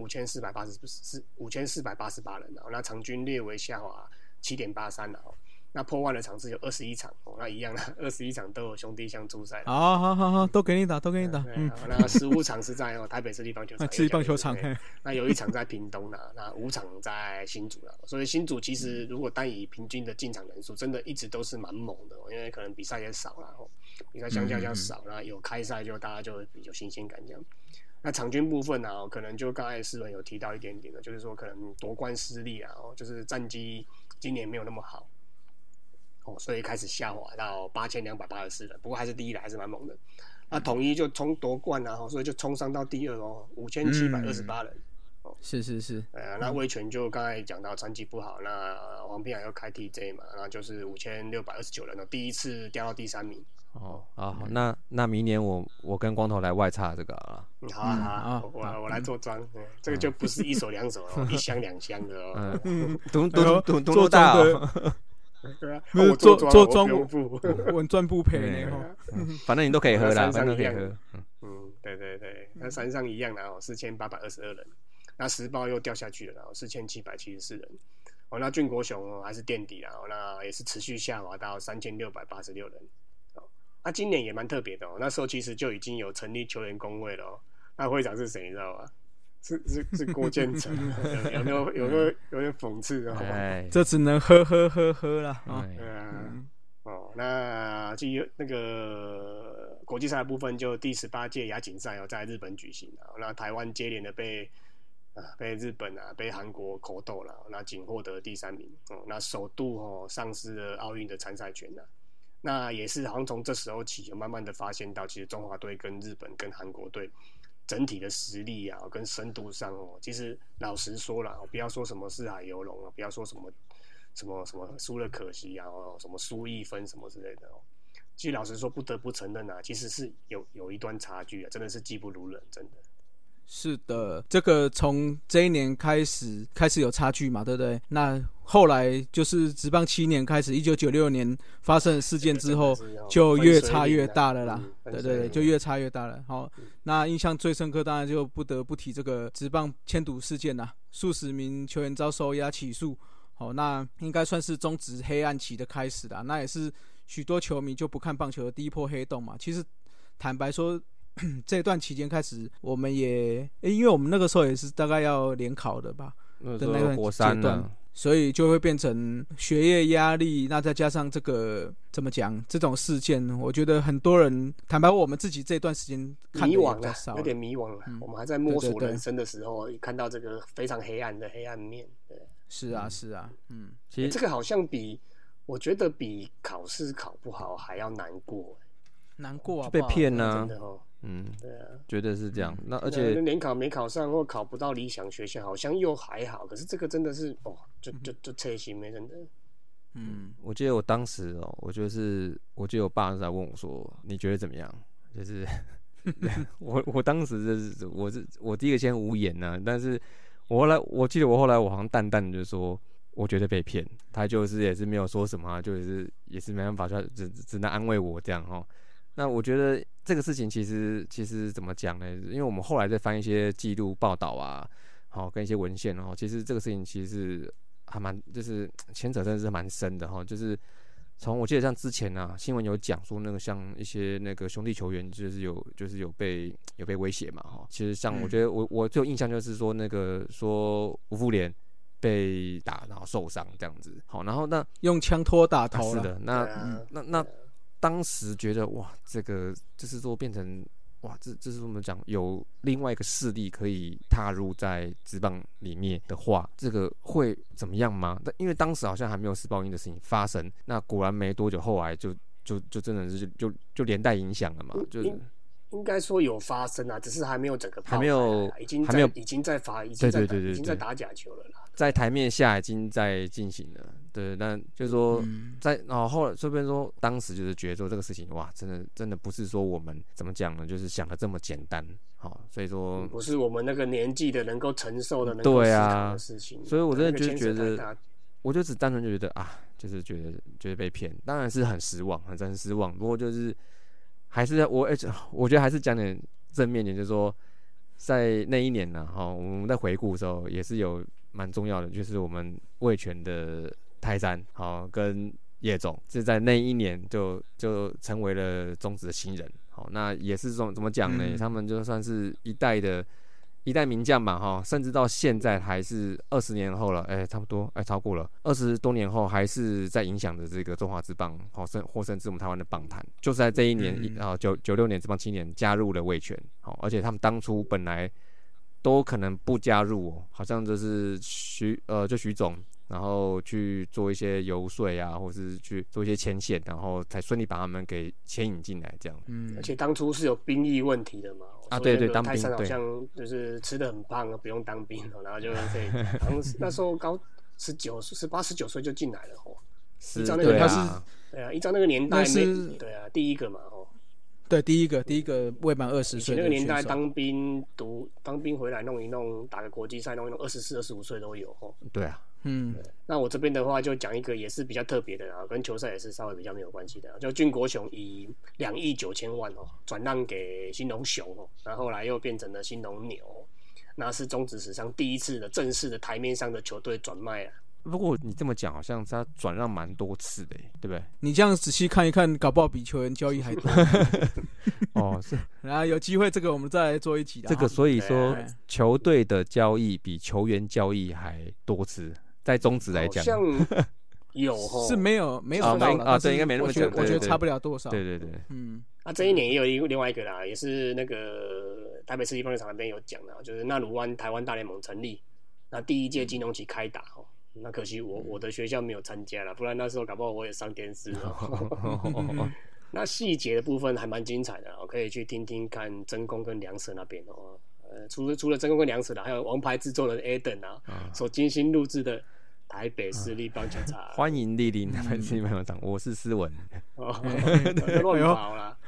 5488人那场均略微下滑7.83那破万的场次有21场那一样的21场都有兄弟象出赛好，都给你打那 15场是在台北市立棒球场那有1场在屏东那5场在新竹所以新竹其实如果单以平均的进场人数真的一直都是蛮猛的因为可能比赛也少比赛相较较少那有开赛就大家就比较新鲜感这样。那场均部分可能就刚才诗文有提到一点点的，就是说可能夺冠失利就是战绩今年没有那么好所以开始下滑到8284人，不过还是第一来还是蛮猛的。那统一就冲夺冠所以就冲上到第25728人是那味全就刚才讲到战绩不好，那黄平洋又开 TJ 嘛，那就是5629人第一次掉到第3名。 那明年我跟光头来外插这个好我来做庄这个就不是1手2手1箱2箱的多大对啊， 做庄稳赚不赔反正你都可以喝啦，反正都可以喝。 对，那山上一样的4822人，那时报又掉下去了4774人那俊国雄还是垫底那也是持续下滑到3686人那今年也蛮特别的那时候其实就已经有成立球员工会了那会长是谁你知道吗？是郭建成有没有点讽刺这只能喝啦那至于那个国际赛的部分，就第18届亚锦赛在日本举行那台湾接连的被日本被韩国口斗了，那仅获得第3名那首度丧失了奥运的参赛权那也是好像从这时候起，有慢慢的发现到，其实中华队跟日本跟韩国队整体的实力跟深度上其实老实说啦不要说什么四海游龙不要说什么输了可惜什么输1分什么之类的其实老实说不得不承认其实是有一段差距真的是技不如人，真的。 是的，这个从这一年开始有差距嘛，对不对？那后来就是职棒7年开始，1996年发生事件之后，就越差越大了啦。对，就越差越大了。好，那印象最深刻，当然就不得不提这个职棒迁赌事件啦，数十名球员遭收押起诉。好，那应该算是中职黑暗期的开始啦。那也是许多球迷就不看棒球的第一波黑洞嘛。其实坦白说， 这段期间开始，我们也因为我们那个时候也是大概要联考的吧的那段火山阶段，所以就会变成学业压力，那再加上这个怎么讲这种事件，我觉得很多人坦白我们自己这段时间看迷惘了， 少有点迷惘了。我们还在摸索人生的时候，看到这个非常黑暗的黑暗面。对， 是啊，是啊， 其实这个好像我觉得比考试考不好还要难过。 难过啊， 被骗啊，真的对啊， 觉得是这样。那而且联考没考上或考不到理想学校，好像又还好。可是这个真的是就切心没真的。 我记得我当时我记得我爸在问我说：“你觉得怎么样？”就是我当时就是我第一个先无言呐，但是我记得我后来我好像淡淡的就说。我觉得被骗，他就是也是没有说什么，就是也是没办法，只能安慰我这样那我觉得这个事情其实怎么讲呢？因为我们后来在翻一些记录报道啊，跟一些文献其实这个事情其实还蛮就是牵扯真的是蛮深的就是从我记得像之前新闻有讲说那个像一些那个兄弟球员就是有被威胁嘛其实像我觉得我最有印象就是说那个说吴富连。被打然后受伤这样子，然后那用枪托打头是的，那当时觉得哇，这个就是说变成哇，这是我们讲有另外一个势力可以踏入在职棒里面的话，这个会怎么样吗？但因为当时好像还没有施暴英的事情发生，那果然没多久后来就真的是就连带影响了嘛， 应该说有发生只是还没有整个还没有已经在发，已经在打假球了啦。 在台面下已经在进行了，对，那就是说后来这边说，当时就是觉得说这个事情哇，真的不是说我们怎么讲呢，就是想的这么简单，所以说不是我们那个年纪的能够承受的、能够思考的事情。 所以我真的就觉得，我就只单纯就觉得就是觉得被骗，当然是很失望，很失望。不过就是还是我觉得还是讲点正面点，就是说在那一年呢，我们在回顾的时候也是有。蛮重要的，就是我们味全的泰山跟叶总，是在那一年就成为了中职的新人。那也是怎么讲呢？他们就算是一代名将吧，甚至到现在还是20年后了，差不多，超过了20多年后，还是在影响着这个中华职棒，或甚至我们台湾的棒坛。就是在这一年96年职棒青年加入了味全，而且他们当初本来。都可能不加入好像就是徐总，然后去做一些游说啊，或是去做一些牵线，然后才顺利把他们给牵引进来这样。 而且当初是有兵役问题的嘛。 对，当兵泰山好像就是吃得很胖，不用当兵，然后就可以。好像那时候18、19岁就进来了依照那个依照那个年代对啊，第一个嘛对，第一个未满20岁的那个年代当兵回来弄一弄，打个国际赛弄一弄，24、25岁都有对啊， 那我这边的话就讲一个也是比较特别的跟球赛也是稍微比较没有关系的就军国雄以2亿9千万转让给兴农熊然后后来又变成了兴农牛，那是中职史上第一次的正式的台面上的球队转卖不过你这么讲，好像他转让蛮多次的，对不对？ 你这样仔细看一看，搞不好比球员交易还多。 是。 然后有机会，这个我们再来做一集的。 这个所以说，球队的交易比球员交易还多次，在中职来讲， 好像有是没有到对，应该没那么久。我觉得差不了多少。 对。 这一年也有另外一个啦，也是那个台北市立棒球场那边有讲的，就是纳鲁湾台湾大联盟成立，那第一届金融期开打那可惜我的学校没有参加啦，不然那时候搞不好我也上电视那细节的部分还蛮精彩的，我可以去听听看真空跟梁舍那边除了真空跟梁舍的，还有王牌制作人 Adam 所精心录制的台北市立棒球场。 欢迎莅临台北市立棒球场，我是思文。 乱跑啦！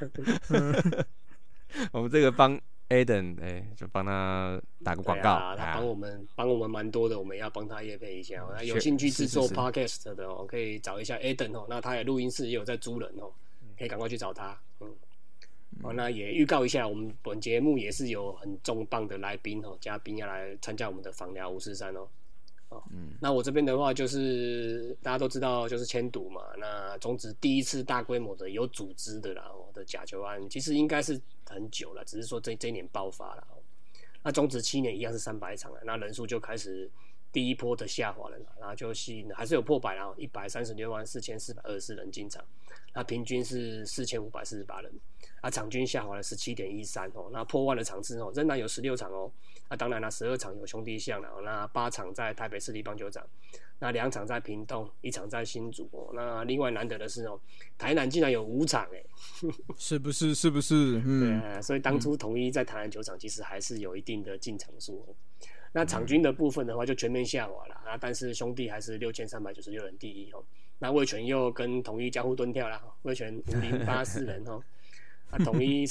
我们这个帮 Adam 就帮他打个广告， 他帮我们蛮多的，我们也要帮他业配一下。有兴趣制作 podcast 的可以找一下 Adam 那他也录音室也有在租人可以赶快去找他。那也预告一下，我们本节目也是有很重磅的来宾嘉宾要来参加我们的访聊543 那我这边的话就是大家都知道，就是千赌嘛。那中职第一次大规模的有组织的啦的假球案，其实应该是很久了，只是说这一年爆发了。那中职7年一样是300场了，那人数就开始第一波的下滑了，然后就吸引了还是有破百啦，1364424人进场，那平均是4548人，场均下滑了17.13哦，那破万的场次哦，仍然有16场哦，那当然了，12场有兄弟象了，那8场在台北市立棒球场，那2场在屏东，1场在新竹哦，那另外难得的是哦，台南竟然有5场是不是？ 对啊，所以当初统一在台南球场其实还是有一定的进场数哦。那场均的部分的话就全面下滑了，但是兄弟还是6396人第一哦。那味全又跟统一交互蹲跳啦，味全5084人哦，统一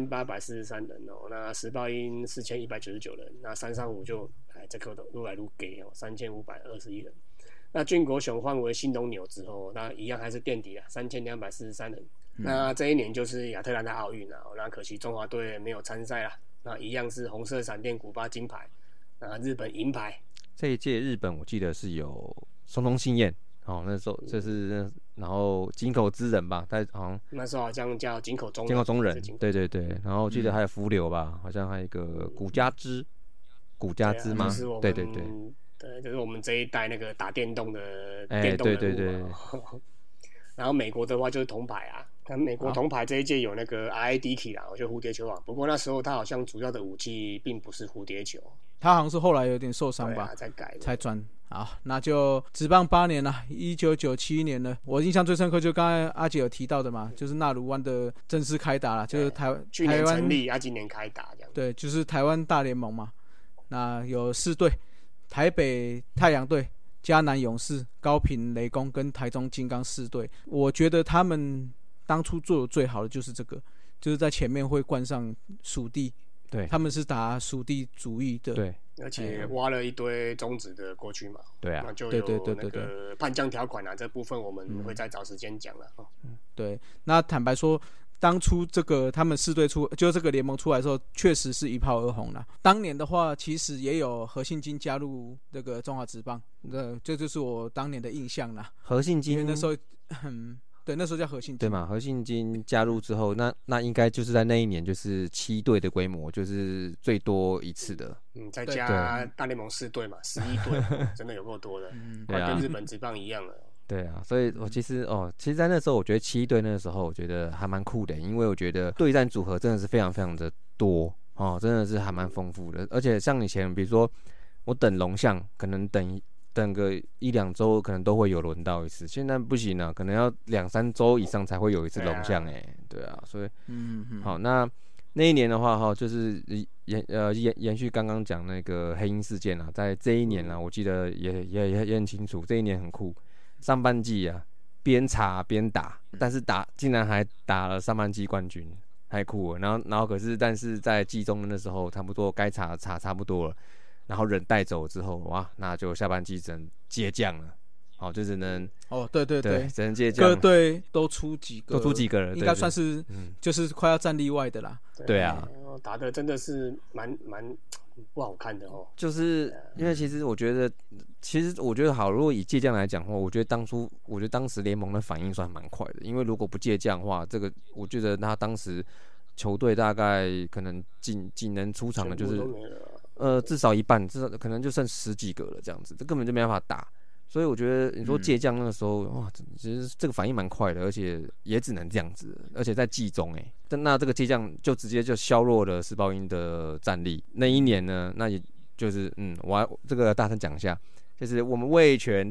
4843人哦，那时报鹰4199人，那335就这个都越来越给哦，3521人。那俊国雄换为新东牛之后，那一样还是垫底了，3243人。那这一年就是亚特兰大奥运啊，那可惜中华队没有参赛啦，那一样是红色闪电古巴金牌。日本银牌， 这一届日本我记得是有松东信彦哦，那时候就是然后井口之人吧，他好像那时候好像叫井口中人，对对对，然后我记得还有福流吧，好像还有一个古家之吗？对对对， 对，就是我们这一代那个打电动的电动人物嘛。对。然后美国的话就是铜牌啊，那美国铜牌这一届有那个 RADK 啦，就蝴蝶球网。不过那时候他好像主要的武器并不是蝴蝶球， 他好像是后来有点受伤吧， 才改才转。好，那就职棒8年了，1997年了。我印象最深刻就刚才阿姐有提到的嘛，就是纳鲁湾的正式开打了，就是去年成立，今年开打这样。 对，就是台湾大联盟嘛。那有4队，台北太阳队、嘉南勇士、高屏雷公跟台中金刚4队。我觉得他们当初做的最好的就是这个，就是在前面会冠上属地。 对， 他们是打属地主义的。 对。 而且挖了一堆中职的过去嘛， 对啊， 那就有那个叛将条款啊，这部分我们会再找时间讲了。 对，那坦白说，当初这个他们4队就这个联盟出来的时候，确实是一炮而红了。当年的话，其实也有何信金加入这个中华职棒，这就是我当年的印象啦。 何信金因为那时候，对，那时候叫何信金， 对嘛？何信金加入之后，那应该就是在那一年就是7队的规模，就是最多一次的。 再加大联盟4队嘛，11队，真的有够多的，跟日本职棒一样了。 对啊，所以我其实在那时候，我觉得7队那个时候，我觉得还蛮酷的，因为我觉得对战组合真的是非常非常的多哦，真的是还蛮丰富的。而且像以前，比如说我等龙象，可能等个1-2周，可能都会有轮到一次。现在不行了，可能要2-3周以上才会有一次龙象对啊，所以好，那一年的话就是延续刚刚讲那个黑鹰事件啊，在这一年我记得也很清楚，这一年很酷。上半季边查边打，但是竟然还打了上半季冠军，太酷了。然后但是在季中的那时候，差不多该查差不多了。然后人带走之后，哇，那就下半季只能借将了，就只能对， 只能借将。 各队都出几个了，应该算是就是快要站例外的啦。 对啊， 打的真的是蛮不好看的哦。 就是因为其实我觉得好，如果以借将来讲的话，我觉得当时联盟的反应算蛮快的，因为如果不借将的话，这个我觉得他当时球队大概可能仅能出场的就是。至少一半，至少可能就剩10几个了，这样子，这根本就没办法打。所以我觉得你说借将那个时候，哇，其实这个反应蛮快的，而且也只能这样子，而且在季中那这个借将就直接就削弱了时报鹰的战力。那一年呢，那也就是我这个大声讲一下，就是我们味全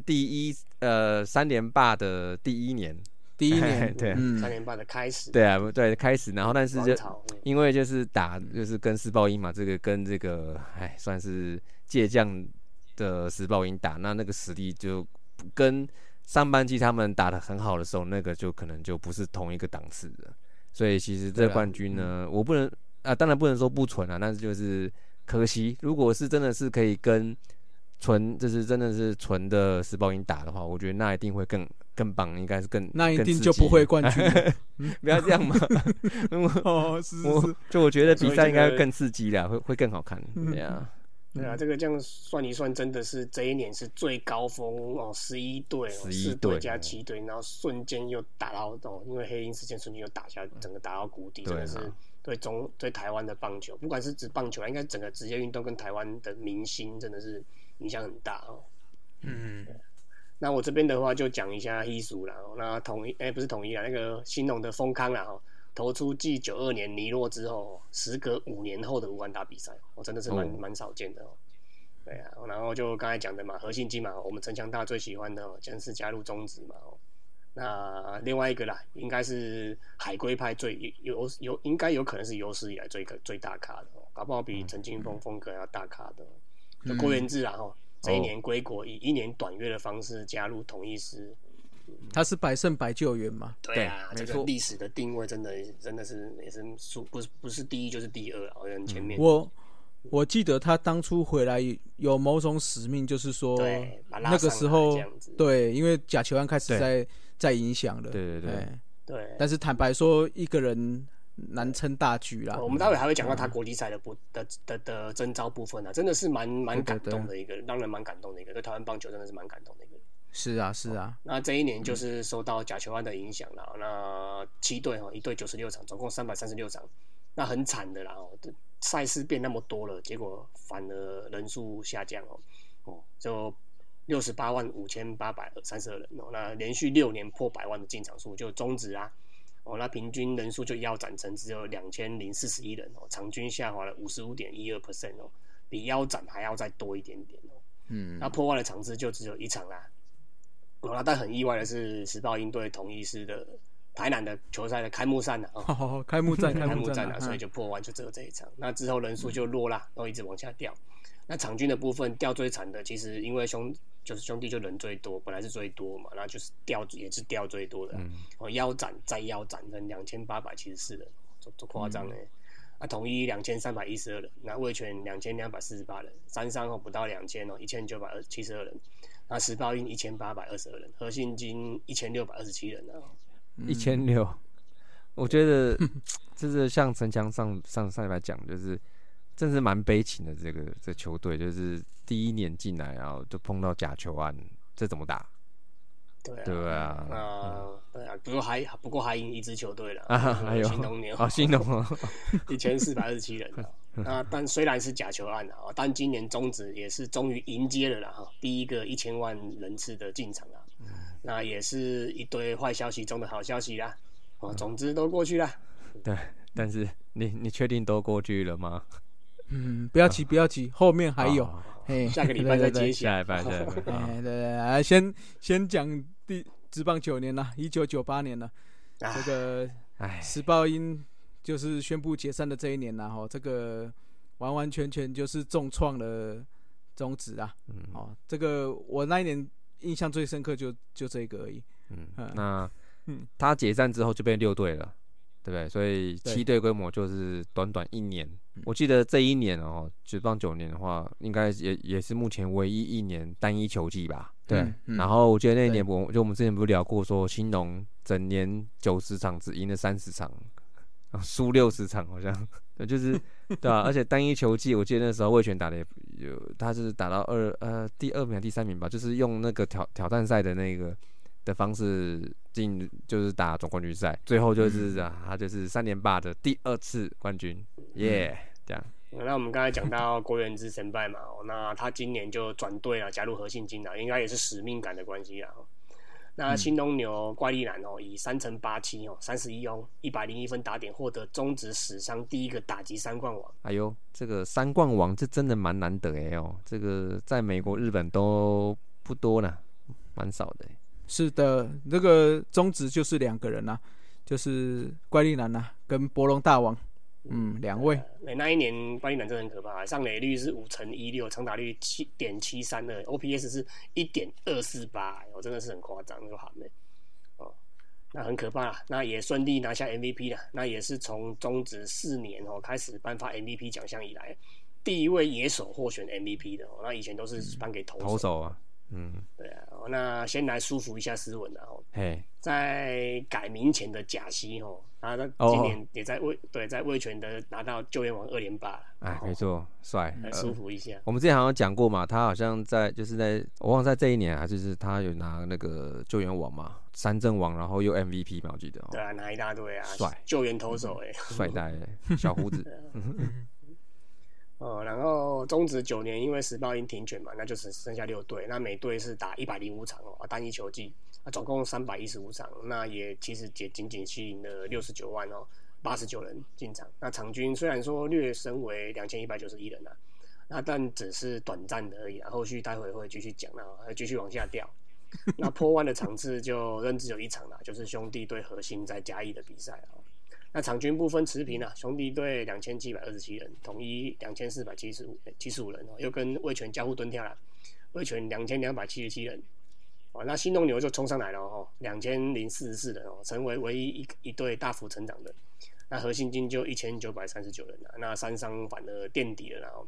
3连霸的第一年。 第一年对 3连霸的开始， 对啊，对开始，然后但是就因为就是就是跟时报鹰嘛，这个跟这个算是借将的时报鹰打，那个实力就跟上半季他们打得很好的时候，那个就可能就不是同一个档次的，所以其实这个冠军呢，我不能当然不能说不纯但是就是可惜，如果是真的是可以跟就是真的是纯的时报鹰打的话，我觉得那一定会更棒，应该是那一定就不会冠军不要这样嘛是我觉得比赛应该会更刺激啦，会更好看。对啊， 对啊，这个这样算一算，真的是这一年是最高峰哦，11队哦，4队加7队，然后瞬间又打到哦，因为黑鹰事件瞬间又打下，整个打到谷底，真的是对台湾的棒球，不管是指棒球，应该整个职业运动跟台湾的明星真的是影响很大哦。那我这边的话就讲一下黑鼠啦，那不是统一啦，那个兴农的丰康啦哈。投出继92年尼洛之后，时隔5年后的无安打比赛，真的是蛮少见的哦。对啊，然后就刚才讲的嘛，何信基嘛，我们陈强大最喜欢的将是加入中职嘛。那另外一个啦，应该是海龟派应该有可能是有史以来最大咖的搞不好比陈金峰风格要大咖的。就郭源治啦这一年归国以1年短约的方式加入统一狮。 他是百胜百救援嘛？ 对啊，这个历史的定位真的是也是不是第一就是第二好像前面。 我记得他当初回来有某种使命，就是说那个时候对，因为假球案开始在影响了， 对。 但是坦白说，一个人难撑大局啦。 我们待会还会讲到他国际赛的征召部分啊，真的是蛮感动的一个，让人蛮感动的一个，对台湾棒球真的是蛮感动的一个。 是啊。 那这一年就是受到假球案的影响啦。那7队1队96场，总共336场，那很惨的啦赛事变那么多了，结果反而人数下降就685832人那连续6年破100万的进场数就终止啦。那平均人数就腰斩成只有2041人场均下滑了55.12%比腰斩还要再多一点点那破万的场次就只有1场啦。但很意外的是，时报鹰对统一狮的台南的球赛的开幕战开幕战所以就破万就只有这一场。那之后人数就落啦，都一直往下掉。那场均的部分掉最惨的，其实因为兄弟就人最多，本来是最多嘛，那就是也是掉最多的腰斩再腰斩成2874人，这夸张统一2312人，那味全2248人，三商不到20001972人。那时报鹰1822人，何信金1627人 1600，我觉得就是像陈强上礼拜讲，就是真是蛮悲情的。这球队就是第一年进来，然后就碰到假球案，这怎么打？对啊，不过还赢一支球队了还有新农牛新农 1427人但虽然是假球案但今年中职也是终于迎接了啦第一个1000万人次的进场那也是一堆坏消息中的好消息啦总之都过去了。 对，但是你确定都过去了吗？ 不要急，后面还有下个礼拜再揭晓。 下礼拜对，先讲职棒9年了，1998年了，这个时报鹰就是宣布解散的这一年啦这个完完全全就是重创了中职啊这个我那一年印象最深刻就这个而已那他解散之后就变6队了，对不对？所以7队规模就是短短1年。我记得这一年职棒9年的话，应该也是目前唯一1年单一球季吧？对。然后我记得那一年我们之前不是聊过说，兴农整年90场只赢了30场，输60场好像，就是对啊。而且单一球季，我记得那时候味全打的他是打到第2名还是第3名吧，就是用那个挑战赛的那个的方式就是打总冠军赛，最后就是他就是3连霸的第2次冠军，这样。 那我们刚才讲到郭源治神败嘛，那他今年就转队了，加入何信金应该也是使命感的关系啦。那新东牛怪力男以3乘87 31轰101分打点，获得中职史上第一个打击3冠王。 哎呦，这个3冠王这真的蛮难得这个在美国、日本都不多呢，蛮少的。 是的，这个中职就是2个人就是怪力男跟博龙大王，2位。 那一年怪力男真的很可怕，上垒率是5乘16，长打率7.732 ，OPS 是1.248，真的是很夸张，就喊那很可怕那也顺利拿下 MVP 了，那也是从中职4年开始颁发 MVP 奖项以来，第一位野手获选 MVP 的那以前都是颁给投手对啊，那先来舒服一下斯文啊， 嘿， 在改名前的贾西他今年也在味全的拿到救援王2连霸， 哎，没错，帅， 舒服一下。 我们之前好像讲过嘛，他好像我忘了在这一年还是他有拿那个救援王嘛，3阵王，然后又 MVP 嘛，我记得。 对啊，拿一大堆啊， 帅， 救援投手帅呆，小胡子。 然后中职9年，因为时报因停权嘛，那就只剩下6队，那每队是打105场单一球季，总共315场，那也其实也仅仅吸引了69万89人进场，那场均虽然说略升为2191人那但只是短暂的而已后续待会会继续讲继续往下掉。那破万的场次就仍只有1场就是兄弟对核心在嘉义的比赛那场均部分持平兄弟队2727人，统一2475人又跟味全交互蹲跳味全2277人那新农牛就冲上来了2044人成为唯一一队大幅成长的。那核心金就1939人那三商反而垫底了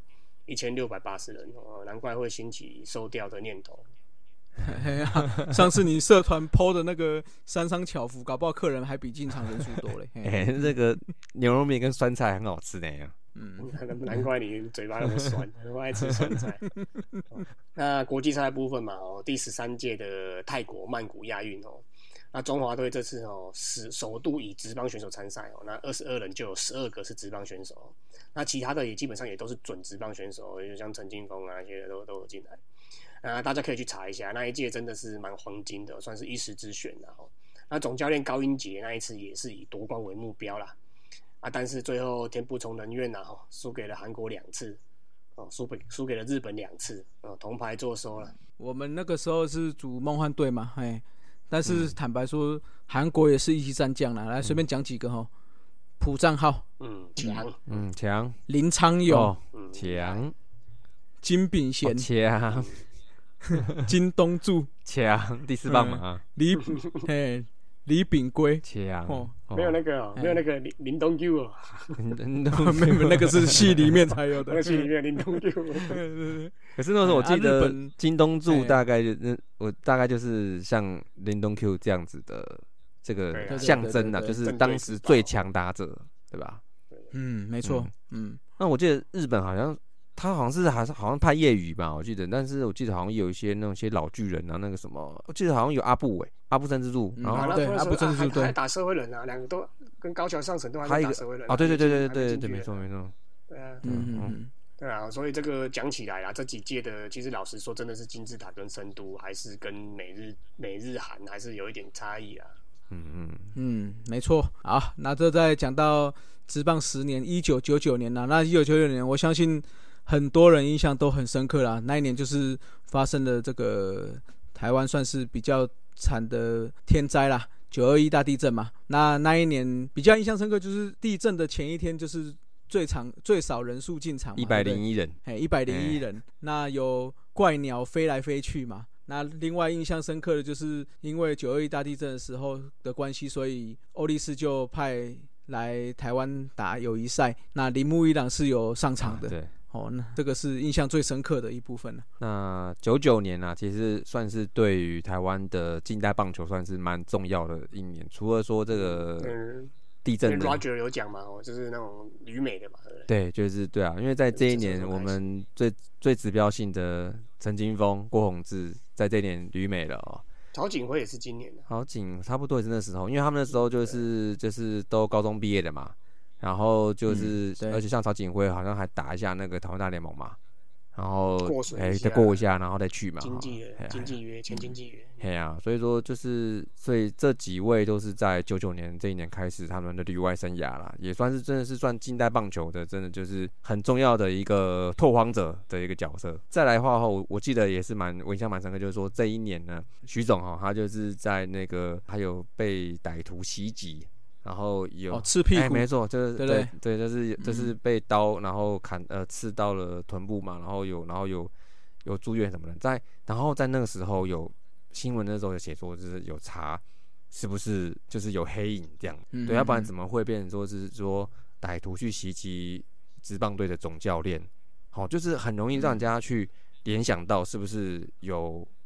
1680人难怪会兴起收掉的念头。 上次你社团 PO 的那个三商巧福，搞不好客人还比进场人数多嘞。 这个牛肉面跟酸菜很好吃呢。 难怪你嘴巴那么酸，很爱吃酸菜。那国际赛的部分嘛第13届的泰国曼谷亚运那中华队这次首度以职棒选手参赛那22人就有12个是职棒选手那其他的也基本上也都是准职棒选手，就像陈金锋那些都有进来大家可以去查一下，那一届真的是蛮黄金的，算是一时之选那总教练高英杰那一次也是以夺冠为目标啦但是最后天不从人愿输给了韩国2次输给了日本2次铜牌坐收了。 我们那个时候是组梦幻队嘛但是坦白说韩国也是一级战将啦来随便讲几个朴赞浩强林昌勇强金炳贤强金东柱强第4棒嘛李炳圭强没有那个林东佑没有那个是戏里面才有的， 那个戏里面林东佑。 可是那时候我记得金东柱大概我大概就是像林东 Q 这样子的这个象征就是当时最强打者，对吧？ 没错。 那我记得日本他好像派业余吧，我记得，但是我记得好像有一些老巨人那个什么，我记得好像有阿布森之助，然后对阿布森之助还打社会人2个都跟高桥上层都还在打社会人对，没错。 对啊，对啊，所以这个讲起来这几届的其实老实说真的是金字塔跟深度还是跟美日韩还是有一点差异没错。好，那这再讲到职棒10年1999年那1999年我相信很多人印象都很深刻啦，那一年就是发生了这个台湾算是比较惨的天灾啦，921大地震嘛。那一年比较印象深刻，就是地震的前一天就是最少人数进场 101人 ，101人。那有怪鸟飞来飞去嘛。那另外印象深刻的就是因为921大地震的时候的关系，所以欧力士就派来台湾打友谊赛，那铃木一朗是有上场的。 对。 那这个是印象最深刻的一部分了。 那99年其实算是对于台湾的近代棒球算是蛮重要的一年。除了说这个地震的 ，Roger 有讲嘛，就是那种旅美的嘛， 对，就是对啊，因为在这一年我们最指标性的陈金锋、郭泓志在这一年旅美了曹景辉也是今年的， 曹景差不多也是那时候，因为他们那时候就是都高中毕业的嘛。然后就是，而且像曹景辉好像还打一下那个台湾大联盟嘛，然后再过一下，然后再去嘛。 经纪约，前经纪约。 所以说所以这几位都是在99年这一年开始他们的旅外生涯啦，也算是真的是算近代棒球的，真的就是很重要的一个拓荒者的一个角色。再来的话我记得也是我印象蛮深刻，就是说这一年呢，徐总他就是在那个还有被歹徒袭击。然后有吃屁股， 没错，就是对，就是被刀，然后刺到了臀部嘛，然后有住院什么的，然后在那个时候有新闻的时候有写说，就是有查是不是就是有黑影这样，对，要不然怎么会变成说是说歹徒去袭击职棒队的总教练，就是很容易让人家去联想到是不是有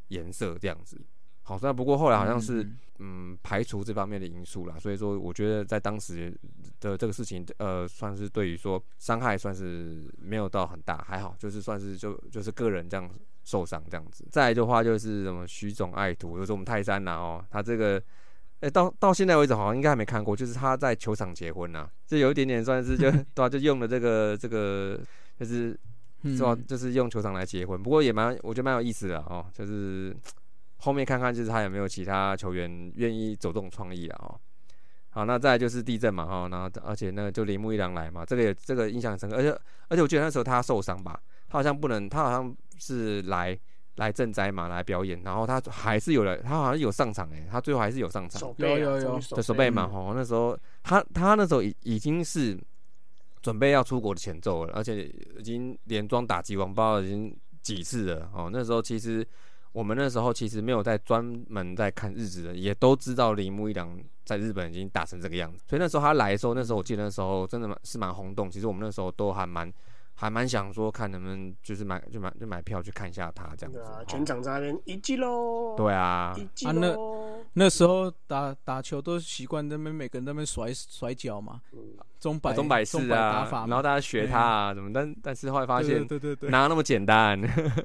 颜色这样子。好，那不过后来好像是排除这方面的因素啦，所以说我觉得在当时的这个事情，算是对于说伤害算是没有到很大，还好，就是算是就是个人这样受伤这样子。再来的话就是什么徐总爱徒，就是我们泰山啦他这个。到现在为止好像应该还没看过，就是他在球场结婚啊，这有一点点算是就对啊，就用了这个就是是吧，就是用球场来结婚。不过也我觉得蛮有意思的就是后面看看就是他有没有其他球员愿意走这种创意啊好，那再来就是地震嘛然后而且那个就铃木一郎来嘛，这个印象很深刻，而且我记得那时候他受伤吧，他好像是来赈灾嘛，来表演，然后他还是他好像有上场他最后还是有上场， 有手背嘛那时候他那时候已经是准备要出国的前奏了，而且已经连庄打击王包已经几次了那时候其实我们那时候其实没有在专门在看日子的，也都知道铃木一郎在日本已经打成这个样子，所以那时候他来的时候，那时候我记得那时候真的是蛮轰动，其实我们那时候都还蛮想说看能不能就是买票去看一下他这样子。 对啊，全场在那边一击咯。 对啊， 那时候打球都习惯那边每个人在那边甩脚嘛，中摆式啊， 打法然后大家学他啊怎么，但是后来发现对哪有那么简单。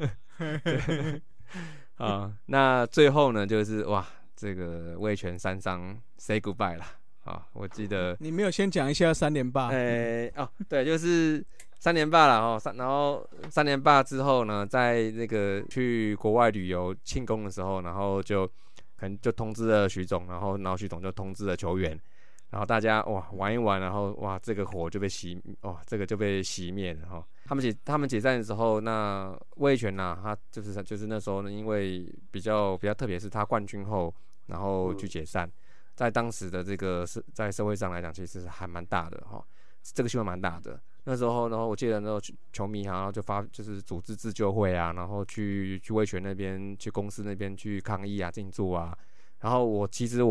那最后呢就是哇，这个味全三商 say goodbye 啦。我记得你没有先讲一下3连霸。 对，就是3连霸啦然后3连霸之后呢，在那个去国外旅游庆功的时候，然后可能就通知了徐总，然后徐总就通知了球员，然后大家玩一玩，然后这个火就被熄灭了他们解散的时候，那味全他就是那时候呢，因为比较特别是他冠军后，然后去解散，在当时的这个在社会上来讲，其实还蛮大的这个新闻蛮大的。那时候，然后我记得那时候球迷然后就是组织自救会啊，然后去味全那边，去公司那边去抗议啊、静坐啊。然后我记得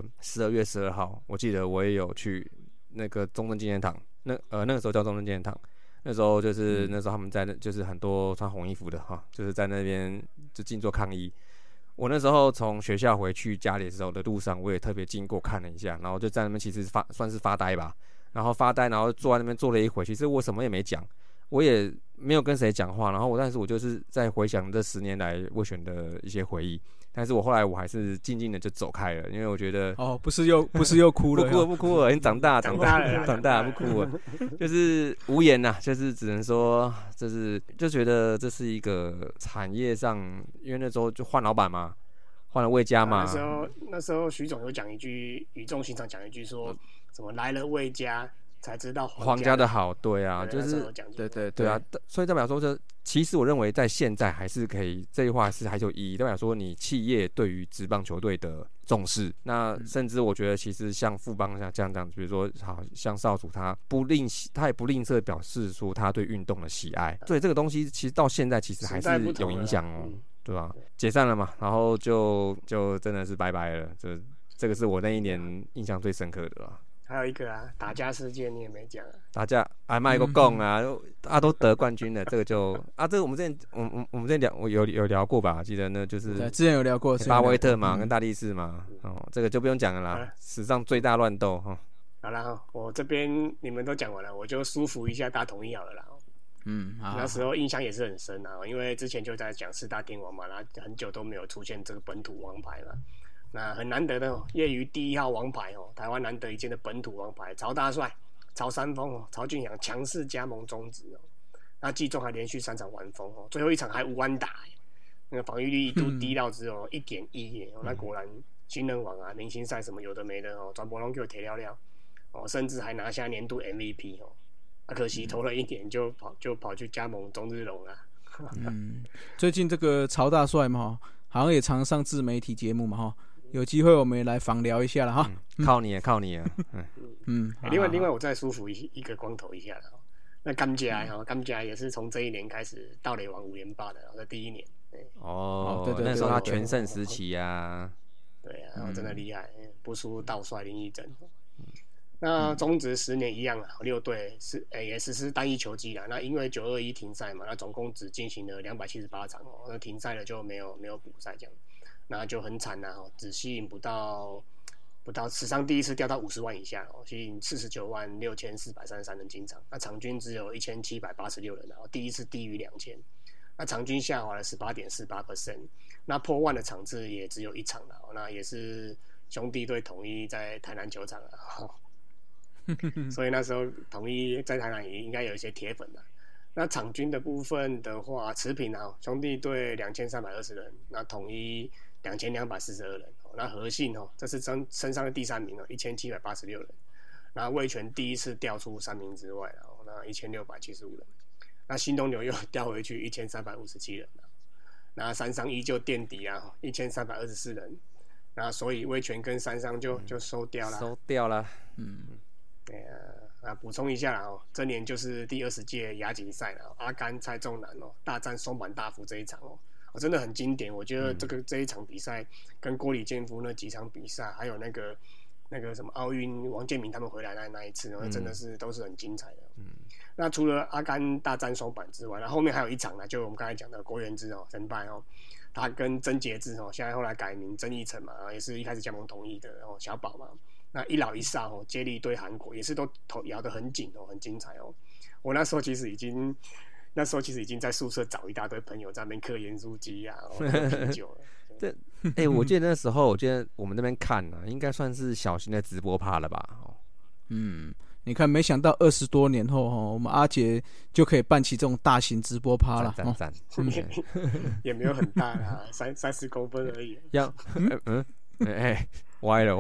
12月12号，我记得我也有去那个中正纪念堂，那个时候叫中正纪念堂。那时候他们在就是很多穿红衣服的就是在那边就静坐抗议。我那时候从学校回去家里的时候的路上，我也特别经过看了一下，然后就在那边其实算是发呆吧，然后坐在那边坐了一会，其实我什么也没讲，我也没有跟谁讲话，然后但是我就是在回想这10年来味全的一些回忆，但是后来我还是静静的就走开了，因为我觉得不是又哭了， 不哭了，已经长大不哭了，就是无言呐，就是只能说就觉得这是一个产业上，因为那时候就换老板嘛，换了味家嘛， 那时候徐总有讲一句语重心长讲一句说什么来了味家才知道皇家的好， 对啊，就是对啊，所以代表说其实我认为在现在还是可以，这句话是还是有意义，代表说你企业对于职棒球队的重视，那甚至我觉得其实像富邦像这样，比如说好像少主他也不吝啬表示说他对运动的喜爱，所以这个东西其实到现在其实还是有影响对吧？解散了嘛，然后就真的是拜拜了，这个是我那一年印象最深刻的啦。 还有一个打架事件你也没讲打架卖个供都得冠军了，这个就这个我们之前我有聊过吧？记得呢，就是对之前有聊过巴威特嘛，跟大力士嘛，这个就不用讲了啦，史上最大乱斗好了我这边你们都讲完了，我就舒服一下大统一好了啦。那时候印象也是很深因为之前就在讲4大天王嘛，然后很久都没有出现这个本土王牌嘛。那很难得的业余第1号王牌台湾难得一见的本土王牌曹大帅、曹三丰、曹俊阳强势加盟中职那季中还连续3场完封最后一场还无安打那个防御率一度低到只有 1.1 那果然新人王明星赛什么有的没的全部都给我铁了了甚至还拿下年度 MVP 可惜投了1年就跑去加盟中日龙了最近这个曹大帅嘛好像也常上自媒体节目嘛有机会我们也来访聊一下了靠你另外我再舒服一个光头一下了那甘家也是从这一年开始盗垒王5连霸的在第1年对， 那时候他全盛时期对真的厉害不输道帅林义珍那中职10年一样啊，6队也实施单一球季啦。那因为921停赛嘛，那总共只进行了278场哦，那停赛了就没有补赛这样，那就很惨呐，只吸引不到史上第一次掉到50万以下哦，吸引496433人进场，那场均只有1786人，然后第一次低于2000，那场均下滑了18.48%，那破万的场次也只有1场了，那也是兄弟队统一在台南球场啊。所以那时候统一在台南也应该有一些铁粉的。那场均的部分的话，持平啊，兄弟队2320人，那统一2242人。那和信这是升上的第3名1786人。那味全第一次掉出3名之外，那1675人。那新东牛又掉回去1357人。那三商依旧垫底啊，1324人。那所以味全跟三商就收掉了。对啊，那补充一下啦这年就是第20届亚锦赛啦，阿甘蔡仲南大战松坂大辅这一场真的很经典。我觉得这一场比赛跟郭李建夫那几场比赛，还有那个什么奥运王建民他们回来那一次真的是都是很精彩的。那除了阿甘大战松坂之外，那后面还有一场呢，就我们刚才讲的郭元之神败他跟曾杰志现在后来改名曾义成嘛，也是一开始加盟统一的小宝嘛。那一老一少接力对韩国也是都咬得很紧很精彩我那时候其实已经在宿舍找一大堆朋友在那边嗑盐酥鸡啊，喝酒了。 我记得那时候，我记得我们那边看应该算是小型的直播趴了吧？ 你看，没想到20多年后我们阿杰就可以办起这种大型直播趴了。 赞也没有很大啦，30公分而已。 要歪了。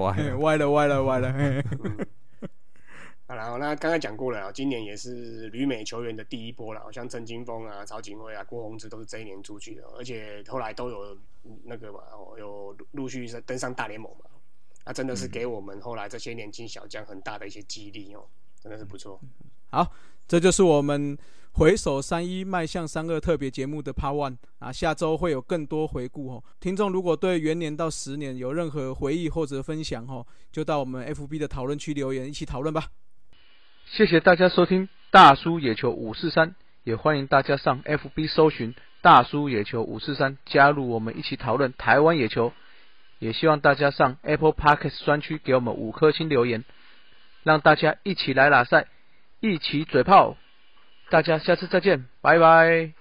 然后那刚才讲过了，今年也是旅美球员的第一波了，像陈金锋啊、曹景辉啊、郭宏志都是这一年出去的，而且后来都有那个嘛，有陆续登上大联盟嘛，那真的是给我们后来这些年轻小将很大的一些激励真的是不错。 好，这就是我们回首31迈向32特别节目的 Part 1下周会有更多回顾听众如果对元年到10年有任何回忆或者分享就到我们 FB 的讨论区留言一起讨论吧。谢谢大家收听大叔野球543，也欢迎大家上 FB 搜寻大叔野球543，加入我们一起讨论台湾野球。也希望大家上 Apple Podcast 专区给我们5颗星留言，让大家一起来拉赛，一起嘴炮。大家下次再见，拜拜。